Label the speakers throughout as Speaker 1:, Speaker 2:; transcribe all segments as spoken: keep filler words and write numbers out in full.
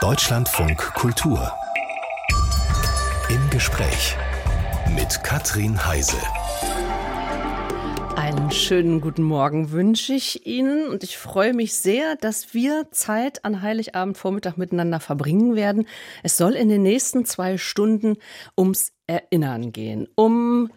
Speaker 1: Deutschlandfunk Kultur. Im Gespräch mit Katrin Heise.
Speaker 2: Einen schönen guten Morgen wünsche ich Ihnen und ich freue mich sehr, dass wir Zeit an Heiligabendvormittag miteinander verbringen werden. Es soll in den nächsten zwei Stunden ums Erinnern gehen, um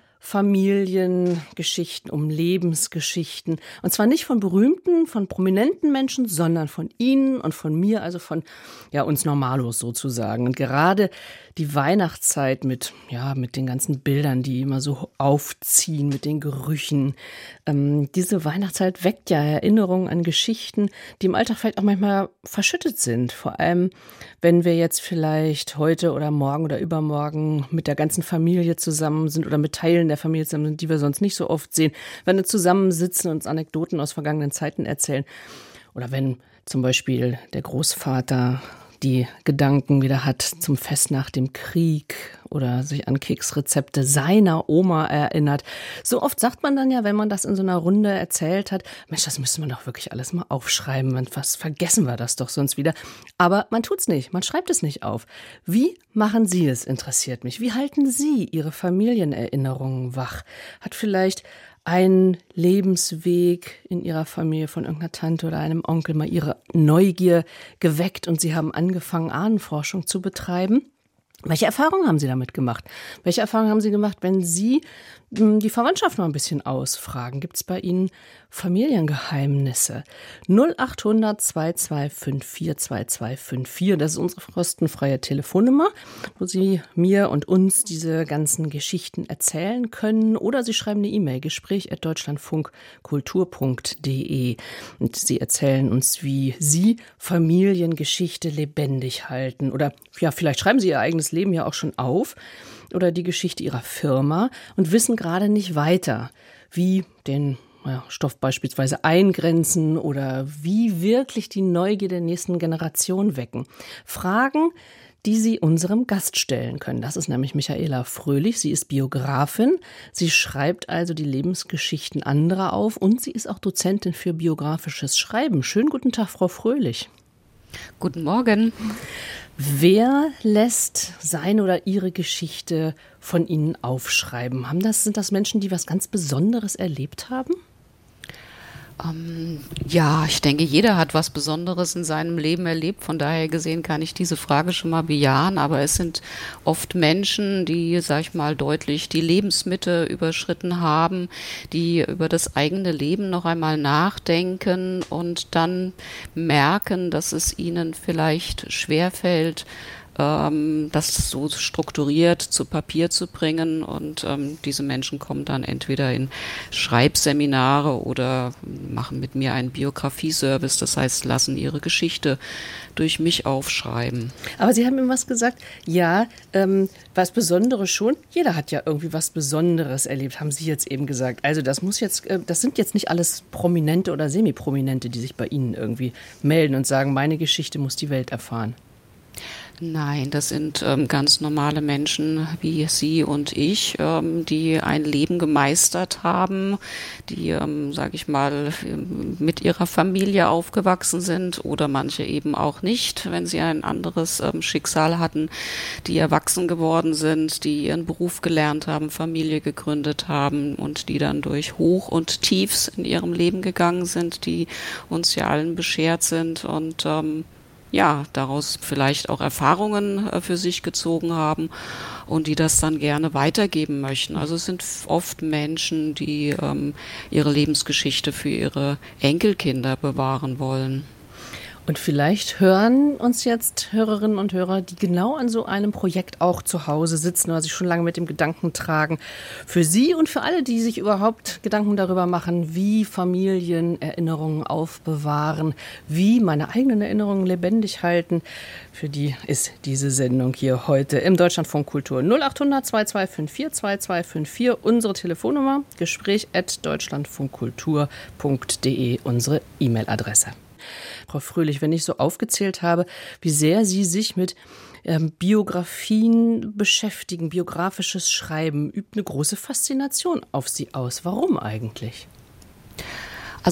Speaker 2: Familiengeschichten, um Lebensgeschichten. Und zwar nicht von berühmten, von prominenten Menschen, sondern von Ihnen und von mir, also von ja, uns Normalos sozusagen. Und gerade die Weihnachtszeit mit, ja, mit den ganzen Bildern, die immer so aufziehen, mit den Gerüchen. Ähm, diese Weihnachtszeit weckt ja Erinnerungen an Geschichten, die im Alltag vielleicht auch manchmal verschüttet sind. Vor allem, wenn wir jetzt vielleicht heute oder morgen oder übermorgen mit der ganzen Familie zusammen sind oder mit Teilen der Familie zusammen sind, die wir sonst nicht so oft sehen. Wenn wir zusammensitzen und uns Anekdoten aus vergangenen Zeiten erzählen. Oder wenn zum Beispiel der Großvater die Gedanken wieder hat zum Fest nach dem Krieg oder sich an Keksrezepte seiner Oma erinnert. So oft sagt man dann ja, wenn man das in so einer Runde erzählt hat, Mensch, das müsste man doch wirklich alles mal aufschreiben, was vergessen wir das doch sonst wieder. Aber man tut's nicht, man schreibt es nicht auf. Wie machen Sie es, interessiert mich. Wie halten Sie Ihre Familienerinnerungen wach? Hat vielleicht ein Lebensweg in Ihrer Familie von irgendeiner Tante oder einem Onkel mal Ihre Neugier geweckt und Sie haben angefangen, Ahnenforschung zu betreiben? Welche Erfahrungen haben Sie damit gemacht? Welche Erfahrungen haben Sie gemacht, wenn Sie die Verwandtschaft mal ein bisschen ausfragen? Gibt es bei Ihnen Familiengeheimnisse? null acht hundert zwei zwei fünf vier zwei zwei fünf vier, das ist unsere kostenfreie Telefonnummer, wo Sie mir und uns diese ganzen Geschichten erzählen können. Oder Sie schreiben eine E-Mail, gespräch at deutschlandfunkkultur punkt de. Und Sie erzählen uns, wie Sie Familiengeschichte lebendig halten. Oder ja, vielleicht schreiben Sie Ihr eigenes Leben ja auch schon auf oder die Geschichte Ihrer Firma und wissen gerade nicht weiter, wie den ja, Stoff beispielsweise eingrenzen oder wie wirklich die Neugier der nächsten Generation wecken. Fragen, die Sie unserem Gast stellen können. Das ist nämlich Michaela Fröhlich. Sie ist Biografin. Sie schreibt also die Lebensgeschichten anderer auf und sie ist auch Dozentin für biografisches Schreiben. Schönen guten Tag, Frau Fröhlich.
Speaker 3: Guten Morgen.
Speaker 2: Wer lässt seine oder ihre Geschichte von Ihnen aufschreiben? Haben das, sind das Menschen, die was ganz Besonderes erlebt haben?
Speaker 3: Ähm, ja, ich denke, jeder hat was Besonderes in seinem Leben erlebt. Von daher gesehen kann ich diese Frage schon mal bejahen. Aber es sind oft Menschen, die, sag ich mal, deutlich die Lebensmitte überschritten haben, die über das eigene Leben noch einmal nachdenken und dann merken, dass es ihnen vielleicht schwerfällt, das so strukturiert zu Papier zu bringen. Und ähm, diese Menschen kommen dann entweder in Schreibseminare oder machen mit mir einen Biografieservice, das heißt, lassen ihre Geschichte durch mich aufschreiben.
Speaker 2: Aber Sie haben eben was gesagt, ja, ähm, was Besonderes schon. Jeder hat ja irgendwie was Besonderes erlebt, haben Sie jetzt eben gesagt. Also das muss jetzt, äh, das sind jetzt nicht alles Prominente oder Semi-Prominente, die sich bei Ihnen irgendwie melden und sagen, meine Geschichte muss die Welt erfahren.
Speaker 3: Nein, das sind ähm, ganz normale Menschen wie Sie und ich, ähm, die ein Leben gemeistert haben, die, ähm, sage ich mal, mit ihrer Familie aufgewachsen sind oder manche eben auch nicht, wenn sie ein anderes ähm, Schicksal hatten, die erwachsen geworden sind, die ihren Beruf gelernt haben, Familie gegründet haben und die dann durch Hoch und Tiefs in ihrem Leben gegangen sind, die uns ja allen beschert sind und ähm, ja, daraus vielleicht auch Erfahrungen äh, für sich gezogen haben und die das dann gerne weitergeben möchten. Also es sind oft Menschen, die ähm, ihre Lebensgeschichte für ihre Enkelkinder bewahren wollen.
Speaker 2: Und vielleicht hören uns jetzt Hörerinnen und Hörer, die genau an so einem Projekt auch zu Hause sitzen oder sich schon lange mit dem Gedanken tragen. Für Sie und für alle, die sich überhaupt Gedanken darüber machen, wie Familienerinnerungen aufbewahren, wie meine eigenen Erinnerungen lebendig halten. Für die ist diese Sendung hier heute im Deutschlandfunk Kultur. null acht hundert zwei zwei fünf vier zwei zwei fünf vier, unsere Telefonnummer, gespräch at deutschlandfunkkultur punkt de, unsere E-Mail-Adresse. Frau Fröhlich, wenn ich so aufgezählt habe, wie sehr Sie sich mit ähm, Biografien beschäftigen, biografisches Schreiben, übt eine große Faszination auf Sie aus. Warum eigentlich?
Speaker 3: Also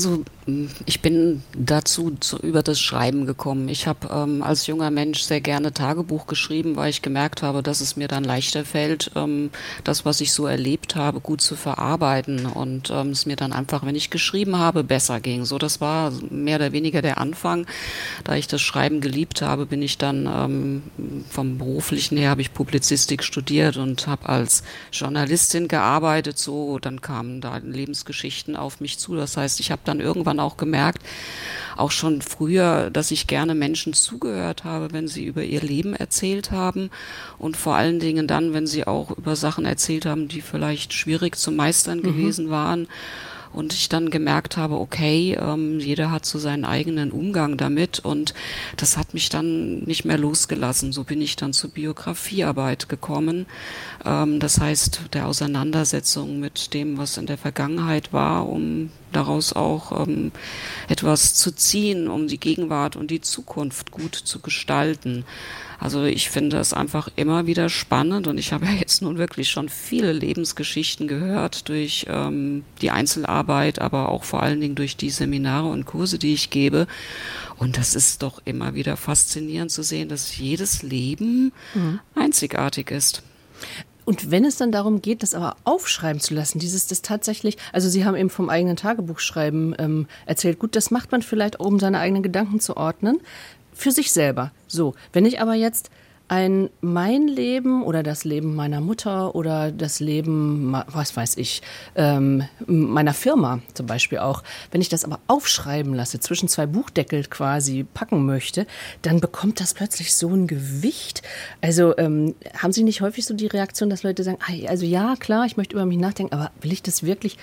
Speaker 3: Ich bin dazu zu, über das Schreiben gekommen. Ich habe ähm, als junger Mensch sehr gerne Tagebuch geschrieben, weil ich gemerkt habe, dass es mir dann leichter fällt, ähm, das, was ich so erlebt habe, gut zu verarbeiten und ähm, es mir dann einfach, wenn ich geschrieben habe, besser ging. So, das war mehr oder weniger der Anfang. Da ich das Schreiben geliebt habe, bin ich dann ähm, vom Beruflichen her, habe ich Publizistik studiert und habe als Journalistin gearbeitet. So, dann kamen da Lebensgeschichten auf mich zu. Das heißt, ich habe dann irgendwann auch gemerkt, auch schon früher, dass ich gerne Menschen zugehört habe, wenn sie über ihr Leben erzählt haben und vor allen Dingen dann, wenn sie auch über Sachen erzählt haben, die vielleicht schwierig zu meistern mhm. gewesen waren. Und ich dann gemerkt habe, okay, ähm, jeder hat so seinen eigenen Umgang damit und das hat mich dann nicht mehr losgelassen. So bin ich dann zur Biografiearbeit gekommen. Ähm, das heißt, der Auseinandersetzung mit dem, was in der Vergangenheit war, um daraus auch ähm, etwas zu ziehen, um die Gegenwart und die Zukunft gut zu gestalten. Also ich finde es einfach immer wieder spannend und ich habe ja jetzt nun wirklich schon viele Lebensgeschichten gehört durch ähm, die Einzelarbeit, aber auch vor allen Dingen durch die Seminare und Kurse, die ich gebe. Und das ist doch immer wieder faszinierend zu sehen, dass jedes Leben mhm. einzigartig ist.
Speaker 2: Und wenn es dann darum geht, das aber aufschreiben zu lassen, dieses das tatsächlich, also Sie haben eben vom eigenen Tagebuchschreiben ähm, erzählt, gut, das macht man vielleicht, um seine eigenen Gedanken zu ordnen, für sich selber. So, wenn ich aber jetzt ein mein Leben oder das Leben meiner Mutter oder das Leben, was weiß ich, ähm, meiner Firma zum Beispiel auch, wenn ich das aber aufschreiben lasse, zwischen zwei Buchdeckel quasi packen möchte, dann bekommt das plötzlich so ein Gewicht. Also ähm, haben Sie nicht häufig so die Reaktion, dass Leute sagen, also ja, klar, ich möchte über mich nachdenken, aber will ich das wirklich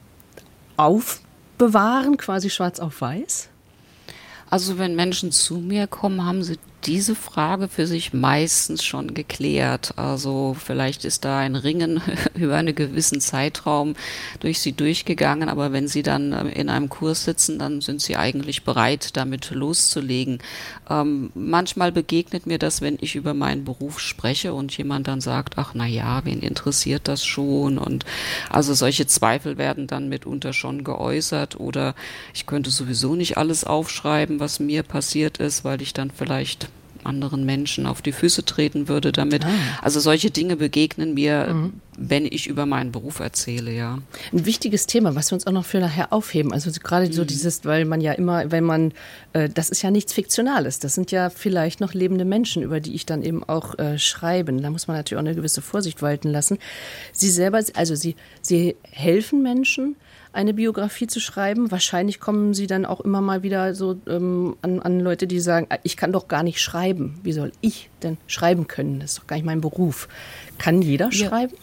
Speaker 2: aufbewahren, quasi schwarz auf weiß?
Speaker 3: Also wenn Menschen zu mir kommen, haben sie diese Frage für sich meistens schon geklärt. Also vielleicht ist da ein Ringen über einen gewissen Zeitraum durch sie durchgegangen, aber wenn sie dann in einem Kurs sitzen, dann sind sie eigentlich bereit, damit loszulegen. Ähm, manchmal begegnet mir das, wenn ich über meinen Beruf spreche und jemand dann sagt, ach na ja, wen interessiert das schon? Und also solche Zweifel werden dann mitunter schon geäußert oder ich könnte sowieso nicht alles aufschreiben, was mir passiert ist, weil ich dann vielleicht anderen Menschen auf die Füße treten würde damit. Ah. Also solche Dinge begegnen mir, mhm. wenn ich über meinen Beruf erzähle, ja.
Speaker 2: Ein wichtiges Thema, was wir uns auch noch für nachher aufheben. Also gerade mhm. so dieses, weil man ja immer, wenn man, äh, das ist ja nichts Fiktionales. Das sind ja vielleicht noch lebende Menschen, über die ich dann eben auch äh, schreiben. Da muss man natürlich auch eine gewisse Vorsicht walten lassen. Sie selber, also Sie, Sie helfen Menschen, eine Biografie zu schreiben. Wahrscheinlich kommen Sie dann auch immer mal wieder so ähm, an, an Leute, die sagen, ich kann doch gar nicht schreiben. Wie soll ich denn schreiben können? Das ist doch gar nicht mein Beruf. Kann jeder ja. schreiben?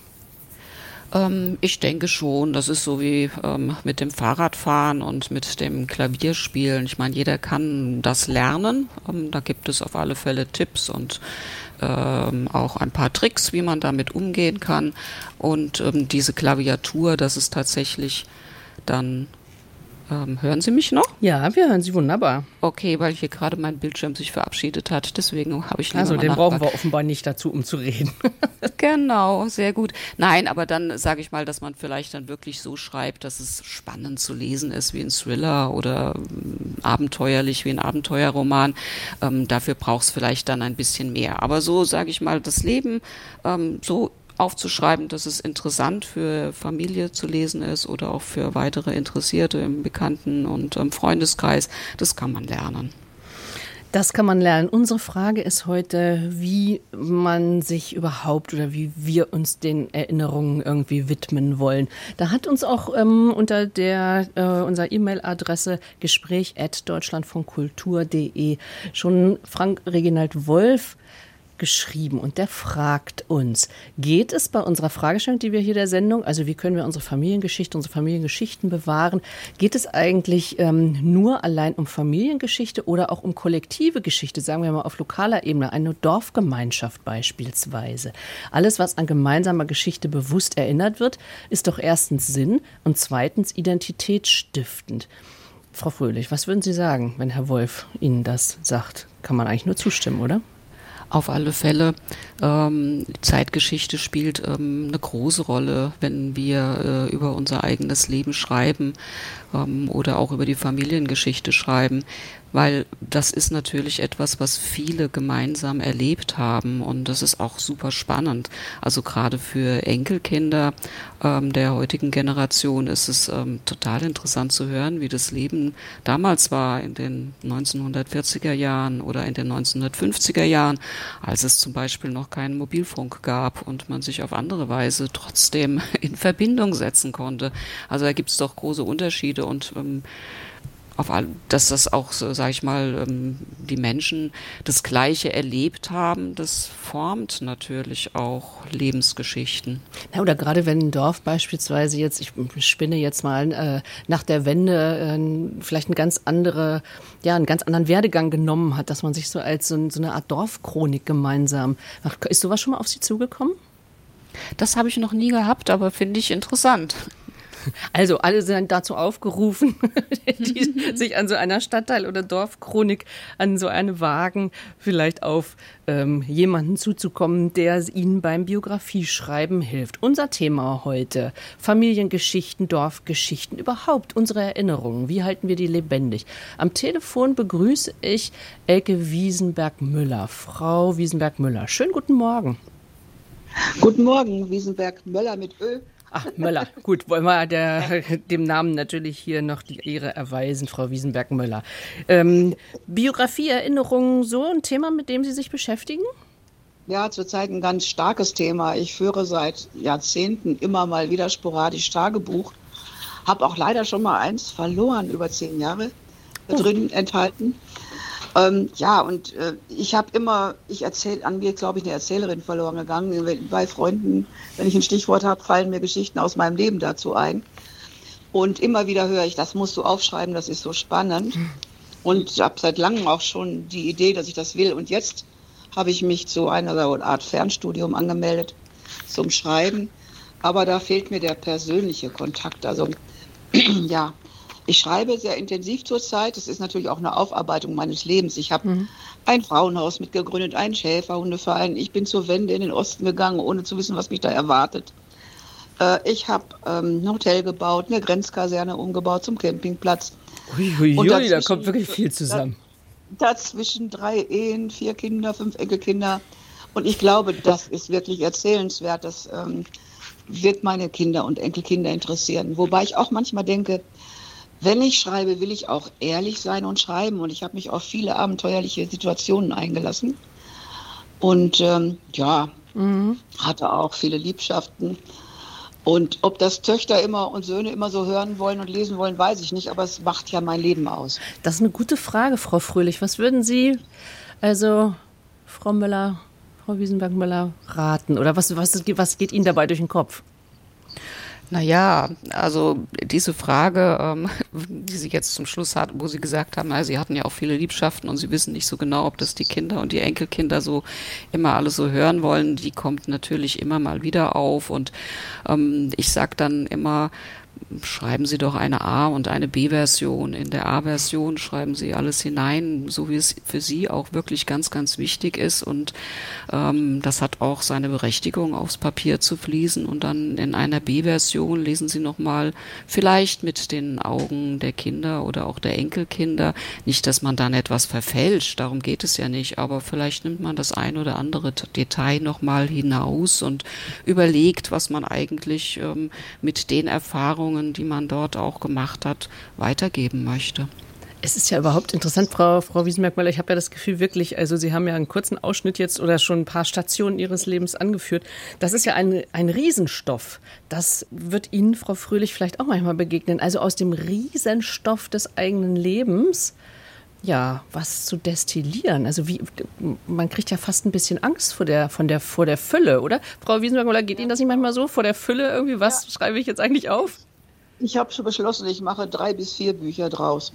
Speaker 3: Ähm, ich denke schon. Das ist so wie ähm, mit dem Fahrradfahren und mit dem Klavierspielen. Ich meine, jeder kann das lernen. Ähm, da gibt es auf alle Fälle Tipps und ähm, auch ein paar Tricks, wie man damit umgehen kann. Und ähm, diese Klaviatur, das ist tatsächlich dann, ähm, hören Sie mich noch?
Speaker 2: Ja, wir hören Sie wunderbar.
Speaker 3: Okay, weil hier gerade mein Bildschirm sich verabschiedet hat, deswegen habe ich lieber
Speaker 2: Also
Speaker 3: mal
Speaker 2: den
Speaker 3: nachgefragt.
Speaker 2: brauchen wir offenbar nicht dazu, um zu reden.
Speaker 3: Genau, sehr gut. Nein, aber dann sage ich mal, dass man vielleicht dann wirklich so schreibt, dass es spannend zu lesen ist wie ein Thriller oder ähm, abenteuerlich wie ein Abenteuerroman. Ähm, dafür braucht es vielleicht dann ein bisschen mehr. Aber so, sage ich mal, das Leben ähm, so aufzuschreiben, dass es interessant für Familie zu lesen ist oder auch für weitere Interessierte im Bekannten- und im Freundeskreis, das kann man lernen.
Speaker 2: Das kann man lernen. Unsere Frage ist heute, wie man sich überhaupt oder wie wir uns den Erinnerungen irgendwie widmen wollen. Da hat uns auch ähm, unter der äh, unserer E-Mail-Adresse gespräch at deutschlandfunkkultur punkt de schon Frank Reginald Wolf geschrieben und der fragt uns, geht es bei unserer Fragestellung, die wir hier der Sendung, also wie können wir unsere Familiengeschichte, unsere Familiengeschichten bewahren, geht es eigentlich ähm, nur allein um Familiengeschichte oder auch um kollektive Geschichte, sagen wir mal auf lokaler Ebene, eine Dorfgemeinschaft beispielsweise. Alles, was an gemeinsamer Geschichte bewusst erinnert wird, ist doch erstens Sinn und zweitens identitätsstiftend. Frau Fröhlich, was würden Sie sagen, wenn Herr Wolf Ihnen das sagt? Kann man eigentlich nur zustimmen, oder?
Speaker 3: Auf alle Fälle. Ähm, Zeitgeschichte spielt ähm, eine große Rolle, wenn wir äh, über unser eigenes Leben schreiben ähm, oder auch über die Familiengeschichte schreiben, weil das ist natürlich etwas, was viele gemeinsam erlebt haben und das ist auch super spannend. Also gerade für Enkelkinder ähm, der heutigen Generation ist es ähm, total interessant zu hören, wie das Leben damals war in den neunzehnhundertvierziger Jahren oder in den neunzehnhundertfünfziger Jahren, als es zum Beispiel noch keinen Mobilfunk gab und man sich auf andere Weise trotzdem in Verbindung setzen konnte. Also da gibt es doch große Unterschiede und ähm, auf all, dass das auch, so, sag ich mal, ähm, die Menschen das Gleiche erlebt haben, das formt natürlich auch Lebensgeschichten.
Speaker 2: Ja, oder gerade wenn ein Dorf beispielsweise jetzt, ich spinne jetzt mal, äh, nach der Wende äh, vielleicht eine ganz andere, ja, einen ganz anderen Werdegang genommen hat, dass man sich so als so, so eine Art Dorfchronik gemeinsam macht. Ist sowas schon mal auf Sie zugekommen?
Speaker 3: Das habe ich noch nie gehabt, aber finde ich interessant.
Speaker 2: Also alle sind dazu aufgerufen, die sich an so einer Stadtteil- oder Dorfchronik, an so eine wagen, vielleicht auf ähm, jemanden zuzukommen, der ihnen beim Biografieschreiben hilft. Unser Thema heute: Familiengeschichten, Dorfgeschichten, überhaupt unsere Erinnerungen. Wie halten wir die lebendig? Am Telefon begrüße ich Elke Wiesenberg-Müller. Frau Wiesenberg-Müller, schönen guten Morgen.
Speaker 4: Guten Morgen, Wiesenberg-Müller mit Ö.
Speaker 2: Ach, Möller. Gut, wollen wir der, dem Namen natürlich hier noch die Ehre erweisen, Frau Wiesenberg-Müller. Ähm, Biografie, Erinnerungen, so ein Thema, mit dem Sie sich beschäftigen?
Speaker 4: Ja, zurzeit ein ganz starkes Thema. Ich führe seit Jahrzehnten immer mal wieder sporadisch Tagebuch. Habe auch leider schon mal eins verloren, über zehn Jahre oh. drin enthalten. Ähm, ja, und äh, ich habe immer, ich erzähle, an mir glaube ich eine Erzählerin verloren gegangen. Bei Freunden, wenn ich ein Stichwort habe, fallen mir Geschichten aus meinem Leben dazu ein. Und immer wieder höre ich, das musst du aufschreiben, das ist so spannend. Und ich habe seit langem auch schon die Idee, dass ich das will. Und jetzt habe ich mich zu einer Art Fernstudium angemeldet zum Schreiben. Aber da fehlt mir der persönliche Kontakt. Also ja, ich schreibe sehr intensiv zurzeit. Das ist natürlich auch eine Aufarbeitung meines Lebens. Ich habe mhm. ein Frauenhaus mitgegründet, einen Schäferhundeverein. Ich bin zur Wende in den Osten gegangen, ohne zu wissen, was mich da erwartet. Äh, ich habe ähm, ein Hotel gebaut, eine Grenzkaserne umgebaut zum Campingplatz.
Speaker 2: Uiuiui, ui, ui, da kommt wirklich viel zusammen.
Speaker 4: Dazwischen drei Ehen, vier Kinder, fünf Enkelkinder. Und ich glaube, das ist wirklich erzählenswert. Das ähm, wird meine Kinder und Enkelkinder interessieren. Wobei ich auch manchmal denke, wenn ich schreibe, will ich auch ehrlich sein und schreiben. Und ich habe mich auf viele abenteuerliche Situationen eingelassen. Und ähm, ja, mhm. hatte auch viele Liebschaften. Und ob das Töchter immer und Söhne immer so hören wollen und lesen wollen, weiß ich nicht. Aber es macht ja mein Leben aus.
Speaker 2: Das ist eine gute Frage, Frau Fröhlich. Was würden Sie, also Frau Müller, Frau Wiesenberg-Müller, raten? Oder was, was, was geht Ihnen dabei durch den Kopf?
Speaker 3: Naja, also diese Frage, ähm, die Sie jetzt zum Schluss hatten, wo Sie gesagt haben, also Sie hatten ja auch viele Liebschaften und Sie wissen nicht so genau, ob das die Kinder und die Enkelkinder so immer alles so hören wollen, die kommt natürlich immer mal wieder auf und ähm, ich sag dann immer, schreiben Sie doch eine A- und eine B-Version. In der A-Version schreiben Sie alles hinein, so wie es für Sie auch wirklich ganz, ganz wichtig ist. Und ähm, das hat auch seine Berechtigung, aufs Papier zu fließen. Und dann in einer B-Version lesen Sie nochmal, vielleicht mit den Augen der Kinder oder auch der Enkelkinder. Nicht, dass man dann etwas verfälscht, darum geht es ja nicht. Aber vielleicht nimmt man das ein oder andere Detail nochmal hinaus und überlegt, was man eigentlich ähm, mit den Erfahrungen, die man dort auch gemacht hat, weitergeben möchte.
Speaker 2: Es ist ja überhaupt interessant, Frau, Frau Wiesenberg-Müller, ich habe ja das Gefühl wirklich, also Sie haben ja einen kurzen Ausschnitt jetzt oder schon ein paar Stationen Ihres Lebens angeführt. Das ist ja ein, ein Riesenstoff. Das wird Ihnen, Frau Fröhlich, vielleicht auch manchmal begegnen. Also aus dem Riesenstoff des eigenen Lebens, ja, was zu destillieren. Also wie, man kriegt ja fast ein bisschen Angst vor der, von der, vor der Fülle, oder? Frau Wiesenberg-Müller, geht Ihnen das nicht manchmal so, vor der Fülle irgendwie, was ja. schreibe ich jetzt eigentlich auf?
Speaker 4: Ich habe schon beschlossen, ich mache drei bis vier Bücher draus.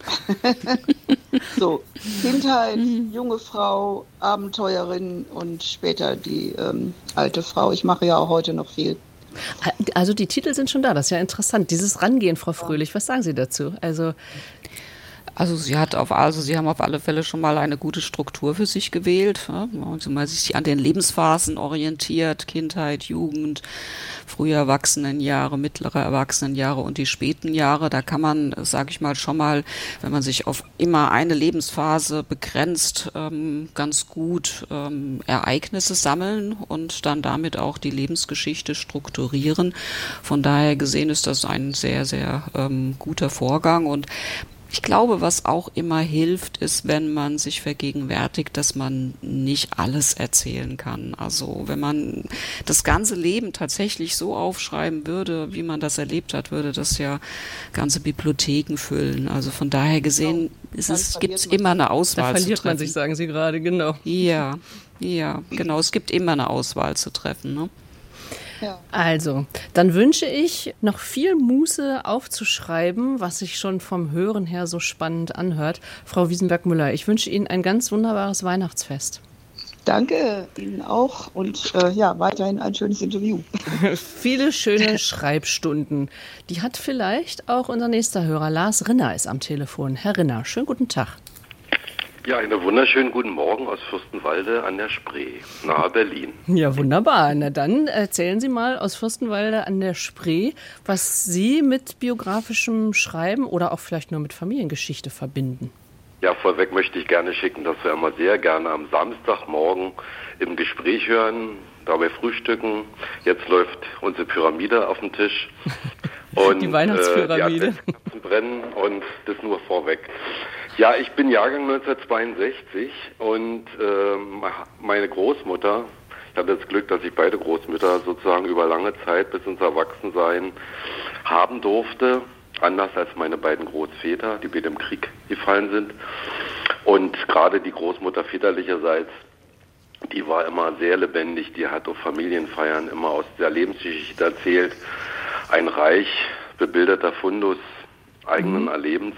Speaker 4: So, Kindheit, mhm. junge Frau, Abenteuerin und später die ähm, alte Frau. Ich mache ja auch heute noch viel.
Speaker 2: Also die Titel sind schon da, das ist ja interessant. Dieses Rangehen, Frau Fröhlich, was sagen Sie dazu? Also
Speaker 3: Also sie hat auf, also sie haben auf alle Fälle schon mal eine gute Struktur für sich gewählt, ja? Also man sich an den Lebensphasen orientiert, Kindheit, Jugend, frühe Erwachsenenjahre, mittlere Erwachsenenjahre und die späten Jahre. Da kann man, sage ich mal, schon mal, wenn man sich auf immer eine Lebensphase begrenzt, ähm, ganz gut ähm, Ereignisse sammeln und dann damit auch die Lebensgeschichte strukturieren. Von daher gesehen ist das ein sehr, sehr ähm, guter Vorgang und ich glaube, was auch immer hilft, ist, wenn man sich vergegenwärtigt, dass man nicht alles erzählen kann. Also wenn man das ganze Leben tatsächlich so aufschreiben würde, wie man das erlebt hat, würde das ja ganze Bibliotheken füllen. Also von daher gesehen ist es, gibt es immer eine Auswahl zu treffen.
Speaker 2: Da verliert man sich, sagen Sie gerade, genau.
Speaker 3: Ja, ja, genau. Es gibt immer eine Auswahl zu treffen, ne?
Speaker 2: Ja. Also, dann wünsche ich noch viel Muße aufzuschreiben, was sich schon vom Hören her so spannend anhört. Frau Wiesenberg-Müller, ich wünsche Ihnen ein ganz wunderbares Weihnachtsfest.
Speaker 4: Danke Ihnen auch und äh, ja, weiterhin ein schönes Interview.
Speaker 2: Viele schöne Schreibstunden. Die hat vielleicht auch unser nächster Hörer, Lars Rinner, ist am Telefon. Herr Rinner, schönen guten Tag.
Speaker 5: Ja, einen wunderschönen guten Morgen aus Fürstenwalde an der Spree, nahe Berlin.
Speaker 2: Ja, wunderbar. Na dann erzählen Sie mal aus Fürstenwalde an der Spree, was Sie mit biografischem Schreiben oder auch vielleicht nur mit Familiengeschichte verbinden.
Speaker 5: Ja, vorweg möchte ich gerne schicken, dass wir immer sehr gerne am Samstagmorgen im Gespräch hören, dabei frühstücken. Jetzt läuft unsere Pyramide auf dem Tisch. Und,
Speaker 2: die Weihnachtspyramide.
Speaker 5: Äh, die Adventskerzen brennen und das nur vorweg. Ja, ich bin Jahrgang neunzehnhundertzweiundsechzig und äh, meine Großmutter, ich hatte das Glück, dass ich beide Großmütter sozusagen über lange Zeit bis ins Erwachsensein haben durfte, anders als meine beiden Großväter, die beide im Krieg gefallen sind. Und gerade die Großmutter väterlicherseits, die war immer sehr lebendig, die hat auf Familienfeiern immer aus der Lebensgeschichte erzählt. Ein reich bebilderter Fundus eigenen mhm. Erlebens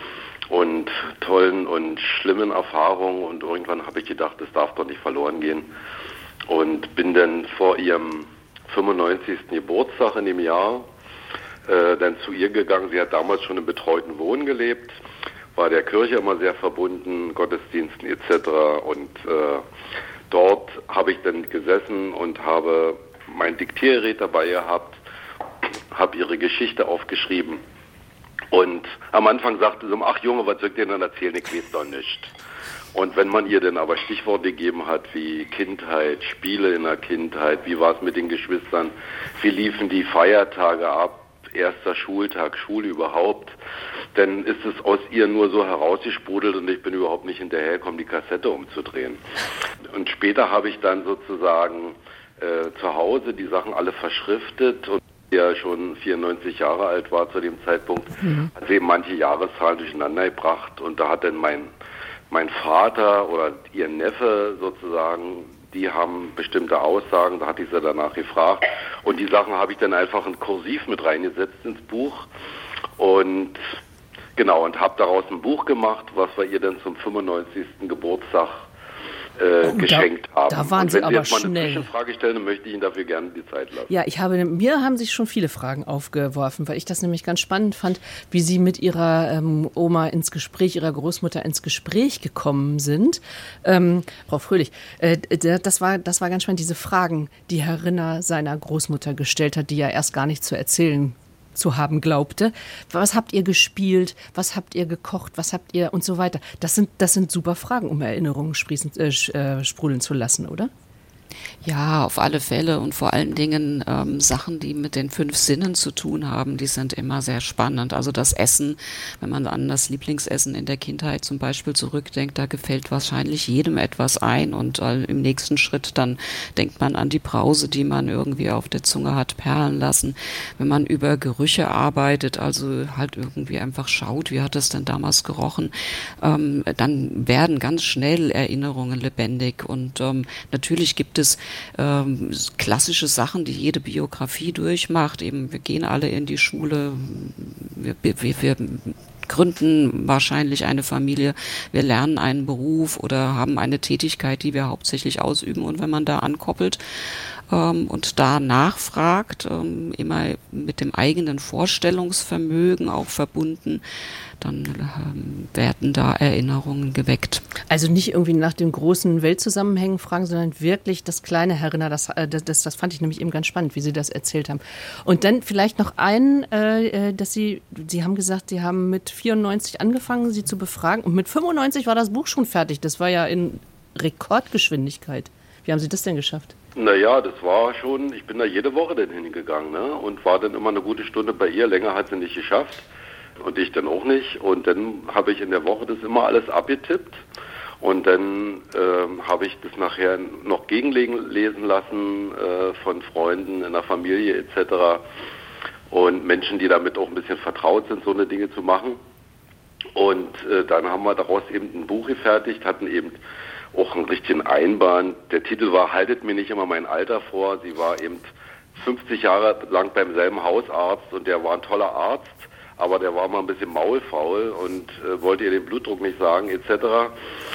Speaker 5: und tollen und schlimmen Erfahrungen und irgendwann habe ich gedacht, das darf doch nicht verloren gehen und bin dann vor ihrem fünfundneunzigsten Geburtstag in dem Jahr äh, dann zu ihr gegangen. Sie hat damals schon im betreuten Wohnen gelebt, war der Kirche immer sehr verbunden, Gottesdiensten et cetera und äh, dort habe ich dann gesessen und habe mein Diktiergerät dabei gehabt, habe ihre Geschichte aufgeschrieben. Und am Anfang sagte sie, ach Junge, was soll ich dir denn erzählen, ich weiß doch nicht. Und wenn man ihr dann aber Stichworte gegeben hat, wie Kindheit, Spiele in der Kindheit, wie war es mit den Geschwistern, wie liefen die Feiertage ab, erster Schultag, Schule überhaupt, dann ist es aus ihr nur so herausgesprudelt und ich bin überhaupt nicht hinterhergekommen, die Kassette umzudrehen. Und später habe ich dann sozusagen äh, zu Hause die Sachen alle verschriftet und ja schon vierundneunzig Jahre alt war zu dem Zeitpunkt, mhm. hat sie eben manche Jahreszahlen durcheinander gebracht und da hat dann mein, mein Vater oder ihr Neffe sozusagen, die haben bestimmte Aussagen, da hatte ich sie danach gefragt und die Sachen habe ich dann einfach in Kursiv mit reingesetzt ins Buch und genau und habe daraus ein Buch gemacht, was wir ihr dann zum fünfundneunzigsten Geburtstag Äh, oh, geschenkt
Speaker 2: da,
Speaker 5: haben.
Speaker 2: Da waren
Speaker 5: und
Speaker 2: Sie
Speaker 5: wenn
Speaker 2: aber
Speaker 5: Sie jetzt mal
Speaker 2: schnell.
Speaker 5: eine Zwischenfrage stellen, dann möchte ich Ihnen dafür gerne die Zeit lassen.
Speaker 2: Ja, ich habe, mir haben sich schon viele Fragen aufgeworfen, weil ich das nämlich ganz spannend fand, wie Sie mit Ihrer ähm, Oma ins Gespräch, Ihrer Großmutter ins Gespräch gekommen sind. Ähm, Frau Fröhlich, äh, das war, das war ganz spannend, diese Fragen, die Herr Rinner seiner Großmutter gestellt hat, die er erst gar nicht zu erzählen zu haben glaubte. Was habt ihr gespielt? Was habt ihr gekocht? Was habt ihr und so weiter? Das sind, das sind super Fragen, um Erinnerungen sprießen, äh, sprudeln zu lassen, oder?
Speaker 3: Ja, auf alle Fälle und vor allen Dingen ähm, Sachen, die mit den fünf Sinnen zu tun haben, die sind immer sehr spannend. Also das Essen, wenn man an das Lieblingsessen in der Kindheit zum Beispiel zurückdenkt, da gefällt wahrscheinlich jedem etwas ein und äh, im nächsten Schritt dann denkt man an die Brause, die man irgendwie auf der Zunge hat perlen lassen. Wenn man über Gerüche arbeitet, also halt irgendwie einfach schaut, wie hat es denn damals gerochen, ähm, dann werden ganz schnell Erinnerungen lebendig und ähm, natürlich gibt es ähm, klassische Sachen, die jede Biografie durchmacht. Eben, wir gehen alle in die Schule, wir, wir, wir gründen wahrscheinlich eine Familie, wir lernen einen Beruf oder haben eine Tätigkeit, die wir hauptsächlich ausüben und wenn man da ankoppelt, ähm, und da nachfragt, ähm, immer mit dem eigenen Vorstellungsvermögen auch verbunden, dann ähm, werden da Erinnerungen geweckt.
Speaker 2: Also nicht irgendwie nach den großen Weltzusammenhängen fragen, sondern wirklich das kleine Herr Rinner, das, das, das, das fand ich nämlich eben ganz spannend, wie Sie das erzählt haben. Und dann vielleicht noch ein, äh, dass Sie, Sie haben gesagt, Sie haben mit vierundneunzig angefangen, Sie zu befragen und mit fünfundneunzig war das Buch schon fertig. Das war ja in Rekordgeschwindigkeit. Wie haben Sie das denn geschafft?
Speaker 5: Naja, das war schon, ich bin da jede Woche dann hingegangen, ne? Und war dann immer eine gute Stunde bei ihr, länger hat sie nicht geschafft. Und ich dann auch nicht. Und dann habe ich in der Woche das immer alles abgetippt. Und dann ähm, habe ich das nachher noch gegenlesen lassen äh, von Freunden in der Familie et cetera. Und Menschen, die damit auch ein bisschen vertraut sind, so eine Dinge zu machen. Und äh, dann haben wir daraus eben ein Buch gefertigt, hatten eben auch einen richtigen Einband. Der Titel war "Haltet mir nicht immer mein Alter vor". Sie war eben fünfzig Jahre lang beim selben Hausarzt und der war ein toller Arzt. Aber der war mal ein bisschen maulfaul und äh, wollte ihr den Blutdruck nicht sagen et cetera.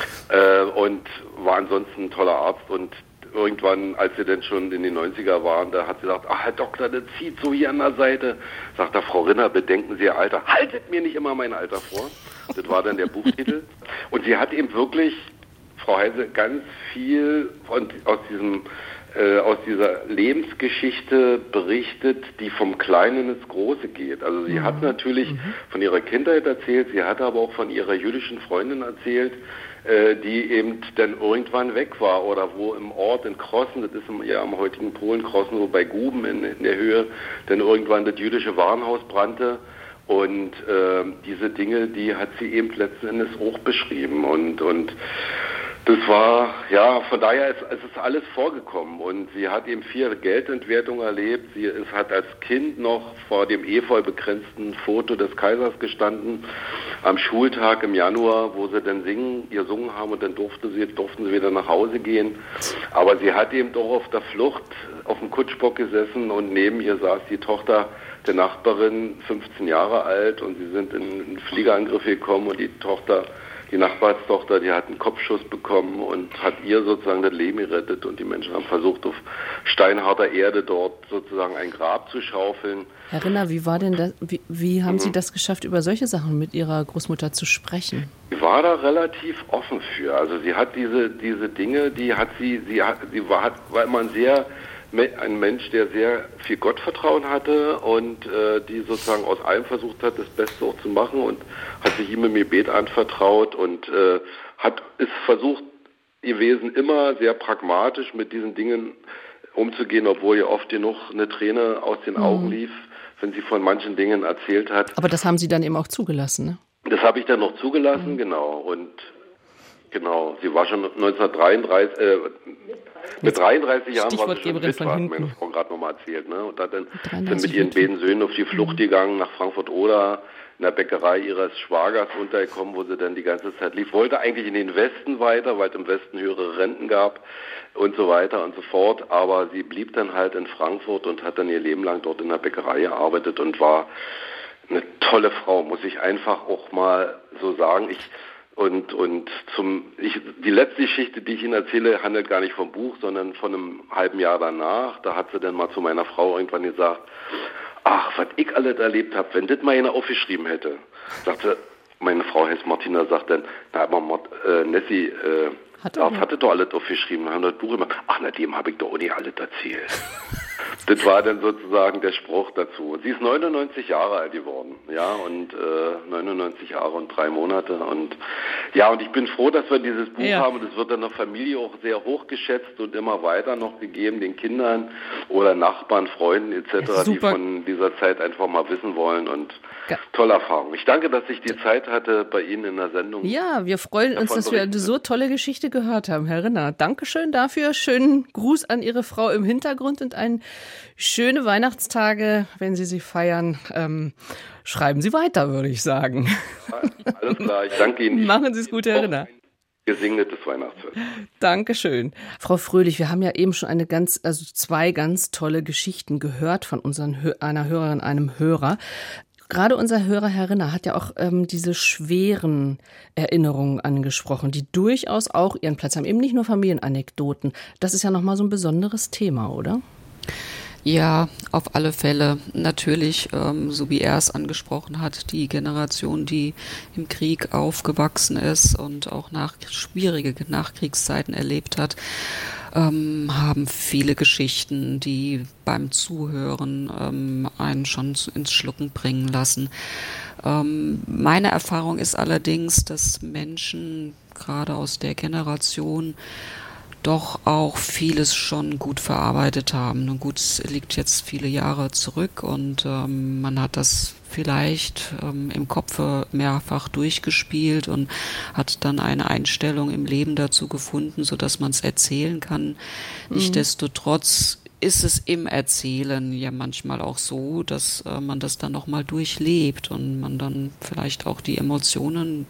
Speaker 5: Äh, und war ansonsten ein toller Arzt. Und irgendwann, als sie dann schon in den neunziger waren, da hat sie gesagt, ach Herr Doktor, das zieht so hier an der Seite. Sagt er, Frau Rinner, bedenken Sie Ihr Alter. Haltet mir nicht immer mein Alter vor. Das war dann der Buchtitel. Und sie hat eben wirklich, Frau Heise, ganz viel von, aus diesem Äh, aus dieser Lebensgeschichte berichtet, die vom Kleinen ins Große geht. Also sie mhm. hat natürlich mhm. von ihrer Kindheit erzählt, sie hat aber auch von ihrer jüdischen Freundin erzählt, äh, die eben dann irgendwann weg war oder wo im Ort in Krossen, das ist im, ja am heutigen Polen, Krossen, so bei Guben in, in der Höhe, dann irgendwann das jüdische Warenhaus brannte. Und äh, diese Dinge, die hat sie eben letzten Endes auch beschrieben. Und, und das war, ja, von daher ist es ist alles vorgekommen und sie hat eben viel Geldentwertung erlebt. Sie ist, hat als Kind noch vor dem efeu begrenzten Foto des Kaisers gestanden, am Schultag im Januar, wo sie dann singen, gesungen haben und dann durfte sie, durften sie wieder nach Hause gehen. Aber sie hat eben doch auf der Flucht auf dem Kutschbock gesessen und neben ihr saß die Tochter der Nachbarin, fünfzehn Jahre alt, und sie sind in einen Fliegerangriff gekommen und die Tochter, die Nachbarstochter, die hat einen Kopfschuss bekommen und hat ihr sozusagen das Leben gerettet und die Menschen haben versucht, auf steinharter Erde dort sozusagen ein Grab zu schaufeln.
Speaker 2: Herr Rinner, wie war denn das, wie, wie haben mhm. Sie das geschafft, über solche Sachen mit Ihrer Großmutter zu sprechen?
Speaker 5: Sie war da relativ offen für. Also sie hat diese, diese Dinge, die hat sie, sie hat, sie war, hat, war immer ein sehr ein Mensch, der sehr viel Gottvertrauen hatte und äh, die sozusagen aus allem versucht hat, das Beste auch zu machen und hat sich ihm im Gebet anvertraut und äh, hat ist versucht gewesen, immer sehr pragmatisch mit diesen Dingen umzugehen, obwohl ihr oft genug eine Träne aus den Augen mhm. lief, wenn sie von manchen Dingen erzählt hat.
Speaker 2: Aber das haben Sie dann eben auch zugelassen, ne?
Speaker 5: Das habe ich dann noch zugelassen, mhm. genau. Und genau, sie war schon neunzehnhundertdreiunddreißig, äh, mit dreiunddreißig Jahren war sie schon Witwe, hat meine Frau gerade nochmal erzählt, ne? Und hat dann sind mit ihren beiden Söhnen auf die Flucht gegangen nach Frankfurt-Oder, in der Bäckerei ihres Schwagers untergekommen, wo sie dann die ganze Zeit lief. Wollte eigentlich in den Westen weiter, weil es im Westen höhere Renten gab und so weiter und so fort. Aber sie blieb dann halt in Frankfurt und hat dann ihr Leben lang dort in der Bäckerei gearbeitet und war eine tolle Frau, muss ich einfach auch mal so sagen. Ich Und, und zum, ich, die letzte Geschichte, die ich Ihnen erzähle, handelt gar nicht vom Buch, sondern von einem halben Jahr danach. Da hat sie dann mal zu meiner Frau irgendwann gesagt, ach, was ich alles erlebt habe, wenn das mal einer aufgeschrieben hätte. Sagte, meine Frau heißt Martina, sagt dann, na, aber äh, Nessie, äh, hat er hatte doch alles aufgeschrieben. Dann haben wir das Buch gemacht. Ach, na, dem habe ich doch auch nicht alles erzählt. Das war dann sozusagen der Spruch dazu. Und sie ist neunundneunzig Jahre alt geworden, ja, und äh, neunundneunzig Jahre und drei Monate. Und ja, und ich bin froh, dass wir dieses Buch ja. haben. Und es wird in der Familie auch sehr hoch geschätzt und immer weiter noch gegeben, den Kindern oder Nachbarn, Freunden et cetera, die von dieser Zeit einfach mal wissen wollen. Und ja. tolle Erfahrung. Ich danke, dass ich die Zeit hatte bei Ihnen in der Sendung.
Speaker 2: Ja, wir freuen uns, dass wir eine so tolle Geschichte gehört haben, Herr Rinner. Dankeschön dafür. Schönen Gruß an Ihre Frau im Hintergrund und einen schöne Weihnachtstage, wenn Sie sie feiern. Ähm, schreiben Sie weiter, würde ich sagen.
Speaker 5: Alles klar, ich danke Ihnen.
Speaker 2: Machen Sie es gut, Herr Rinner.
Speaker 5: Gesegnetes Weihnachtsfest.
Speaker 2: Dankeschön. Frau Fröhlich, wir haben ja eben schon eine ganz, also zwei ganz tolle Geschichten gehört von unseren, einer Hörerin, einem Hörer. Gerade unser Hörer Herr Rinner hat ja auch ähm, diese schweren Erinnerungen angesprochen, die durchaus auch ihren Platz haben. Eben nicht nur Familienanekdoten. Das ist ja nochmal so ein besonderes Thema, oder?
Speaker 3: Ja, auf alle Fälle. Natürlich, ähm, so wie er es angesprochen hat, die Generation, die im Krieg aufgewachsen ist und auch nach schwierige Nachkriegszeiten erlebt hat, ähm, haben viele Geschichten, die beim Zuhören ähm, einen schon ins Schlucken bringen lassen. Ähm, meine Erfahrung ist allerdings, dass Menschen gerade aus der Generation doch auch vieles schon gut verarbeitet haben. Nun gut, es liegt jetzt viele Jahre zurück und ähm, man hat das vielleicht ähm, im Kopfe mehrfach durchgespielt und hat dann eine Einstellung im Leben dazu gefunden, sodass man es erzählen kann. Mhm. Nichtsdestotrotz ist es im Erzählen ja manchmal auch so, dass äh, man das dann nochmal durchlebt und man dann vielleicht auch die Emotionen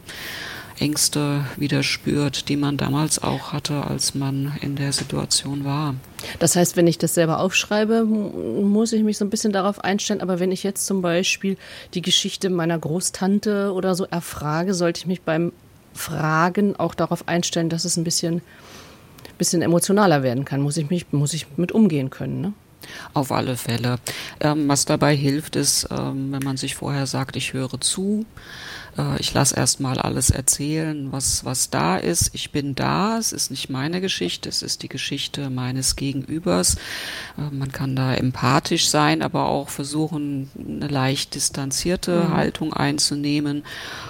Speaker 3: Ängste wieder spürt, die man damals auch hatte, als man in der Situation war.
Speaker 2: Das heißt, wenn ich das selber aufschreibe, muss ich mich so ein bisschen darauf einstellen. Aber wenn ich jetzt zum Beispiel die Geschichte meiner Großtante oder so erfrage, sollte ich mich beim Fragen auch darauf einstellen, dass es ein bisschen, bisschen emotionaler werden kann. Muss ich mich, muss ich mit umgehen können, ne?
Speaker 3: Auf alle Fälle. Ähm, was dabei hilft, ist, ähm, wenn man sich vorher sagt, ich höre zu, äh, ich lasse erstmal alles erzählen, was, was da ist. Ich bin da, es ist nicht meine Geschichte, es ist die Geschichte meines Gegenübers. Äh, man kann da empathisch sein, aber auch versuchen, eine leicht distanzierte mhm. Haltung einzunehmen.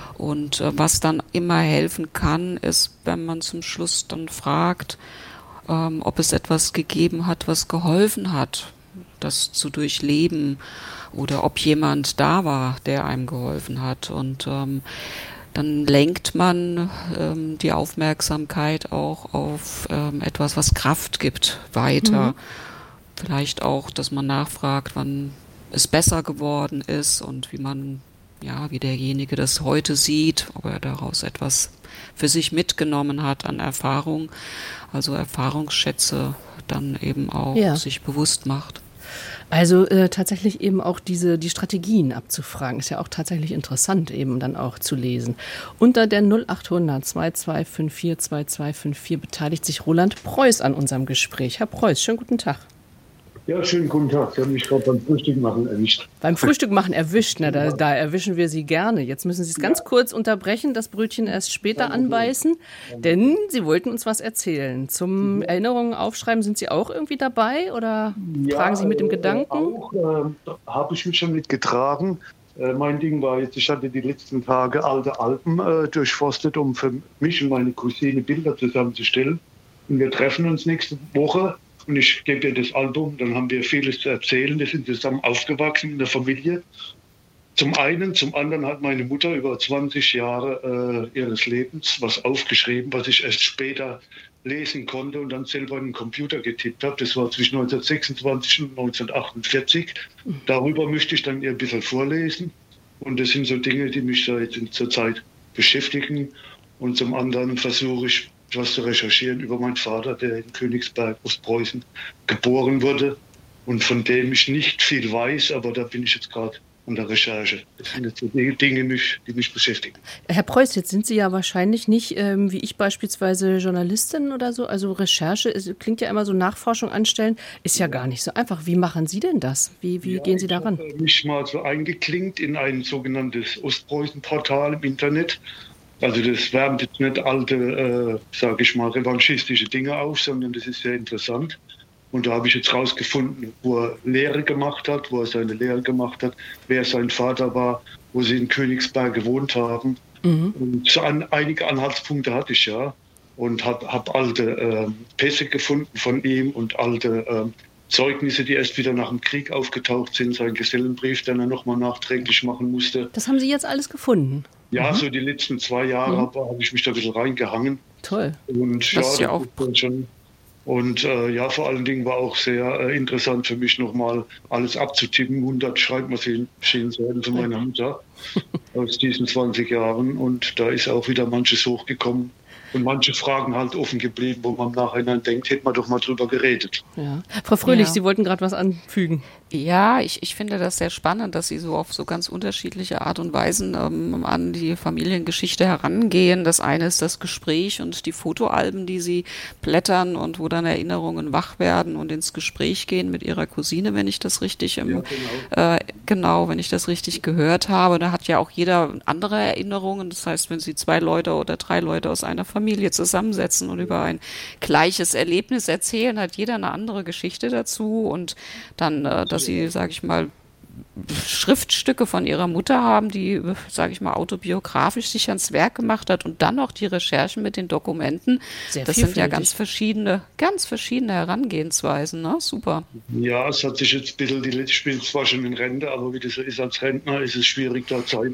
Speaker 3: Und äh, was dann immer helfen kann, ist, wenn man zum Schluss dann fragt, Ähm, ob es etwas gegeben hat, was geholfen hat, das zu durchleben oder ob jemand da war, der einem geholfen hat. Und ähm, dann lenkt man ähm, die Aufmerksamkeit auch auf ähm, etwas, was Kraft gibt, weiter. Mhm. Vielleicht auch, dass man nachfragt, wann es besser geworden ist und wie man, ja, wie derjenige das heute sieht, ob er daraus etwas für sich mitgenommen hat an Erfahrung, also Erfahrungsschätze dann eben auch ja. sich bewusst macht.
Speaker 2: Also äh, tatsächlich eben auch diese die Strategien abzufragen, ist ja auch tatsächlich interessant eben dann auch zu lesen. Unter der null acht hundert zwei zwei fünf vier zwei zwei fünf vier beteiligt sich Roland Preuß an unserem Gespräch. Herr Preuß, schönen guten Tag.
Speaker 6: Ja, schönen guten Tag. Sie haben mich gerade beim Frühstück machen erwischt.
Speaker 2: Beim Frühstück machen erwischt, na, da, da erwischen wir Sie gerne. Jetzt müssen Sie es ganz ja. kurz unterbrechen, das Brötchen erst später ja, anbeißen, ja. denn Sie wollten uns was erzählen. Zum ja. Erinnerungen aufschreiben, sind Sie auch irgendwie dabei oder ja, tragen Sie mit dem Gedanken?
Speaker 6: Auch äh, habe ich mich schon mitgetragen. Äh, mein Ding war jetzt, ich hatte die letzten Tage alte Alben äh, durchforstet, um für mich und meine Cousine Bilder zusammenzustellen. Und wir treffen uns nächste Woche. Und ich gebe ihr das Album, dann haben wir vieles zu erzählen. Wir sind zusammen aufgewachsen in der Familie. Zum einen, zum anderen hat meine Mutter über zwanzig Jahre äh, ihres Lebens was aufgeschrieben, was ich erst später lesen konnte und dann selber in den Computer getippt habe. Das war zwischen neunzehnhundertsechsundzwanzig und neunzehnhundertachtundvierzig. Darüber möchte ich dann ihr ein bisschen vorlesen. Und das sind so Dinge, die mich da jetzt in zur Zeit beschäftigen. Und zum anderen versuche ich, was zu recherchieren über meinen Vater, der in Königsberg, Ostpreußen, geboren wurde und von dem ich nicht viel weiß, aber da bin ich jetzt gerade an der Recherche. Das sind jetzt so Dinge, die mich, die mich beschäftigen.
Speaker 2: Herr Preuß, jetzt sind Sie ja wahrscheinlich nicht, ähm, wie ich beispielsweise, Journalistin oder so, also Recherche, es klingt ja immer so, Nachforschung anstellen, ist ja, ja gar nicht so einfach. Wie machen Sie denn das? Wie, wie ja, gehen Sie daran?
Speaker 6: Ich habe mich mal so eingeklinkt in ein sogenanntes Ostpreußen-Portal im Internet. Also das wärmt jetzt nicht alte, äh, sage ich mal, revanchistische Dinge auf, sondern das ist sehr interessant. Und da habe ich jetzt rausgefunden, wo er Lehre gemacht hat, wo er seine Lehre gemacht hat, wer sein Vater war, wo sie in Königsberg gewohnt haben. Mhm. Und so an, einige Anhaltspunkte hatte ich ja und habe hab alte äh, Pässe gefunden von ihm und alte äh, Zeugnisse, die erst wieder nach dem Krieg aufgetaucht sind, sein Gesellenbrief, den er nochmal nachträglich machen musste.
Speaker 2: Das haben Sie jetzt alles gefunden?
Speaker 6: Ja,
Speaker 2: mhm.
Speaker 6: so die letzten zwei Jahre mhm. habe hab ich mich da ein bisschen reingehangen.
Speaker 2: Toll.
Speaker 6: Und
Speaker 3: das
Speaker 6: ja,
Speaker 3: ist ja auch
Speaker 6: schon. Und äh, ja, vor allen Dingen war auch sehr äh, interessant für mich nochmal alles abzutippen. hundert Schreibmaschinen von meiner Mutter aus diesen zwanzig Jahren. Und da ist auch wieder manches hochgekommen, und manche Fragen halt offen geblieben, wo man im Nachhinein denkt, hätte man doch mal drüber geredet.
Speaker 2: Ja. Frau Fröhlich,
Speaker 3: Ja.
Speaker 2: Sie wollten gerade was anfügen.
Speaker 3: Ja, ich, ich finde das sehr spannend, dass Sie so auf so ganz unterschiedliche Art und Weisen ähm, an die Familiengeschichte herangehen. Das eine ist das Gespräch und die Fotoalben, die Sie blättern und wo dann Erinnerungen wach werden und ins Gespräch gehen mit Ihrer Cousine, wenn ich das richtig im,
Speaker 6: Ja, genau.
Speaker 3: äh, genau, wenn ich das richtig gehört habe. Da hat ja auch jeder andere Erinnerungen. Das heißt, wenn Sie zwei Leute oder drei Leute aus einer Familie zusammensetzen und über ein gleiches Erlebnis erzählen, hat jeder eine andere Geschichte dazu und dann, äh, dass Sie, sage ich mal, Schriftstücke von ihrer Mutter haben, die, sage ich mal, autobiografisch sich ans Werk gemacht hat und dann noch die Recherchen mit den Dokumenten.
Speaker 2: Sehr
Speaker 3: das sind ja
Speaker 2: vielfältig.
Speaker 3: ganz verschiedene, ganz verschiedene Herangehensweisen, ne? Super.
Speaker 6: Ja, es hat sich jetzt ein bisschen, die ich bin zwar schon in Rente, aber wie das so ist als Rentner, ist es schwierig, da Zeit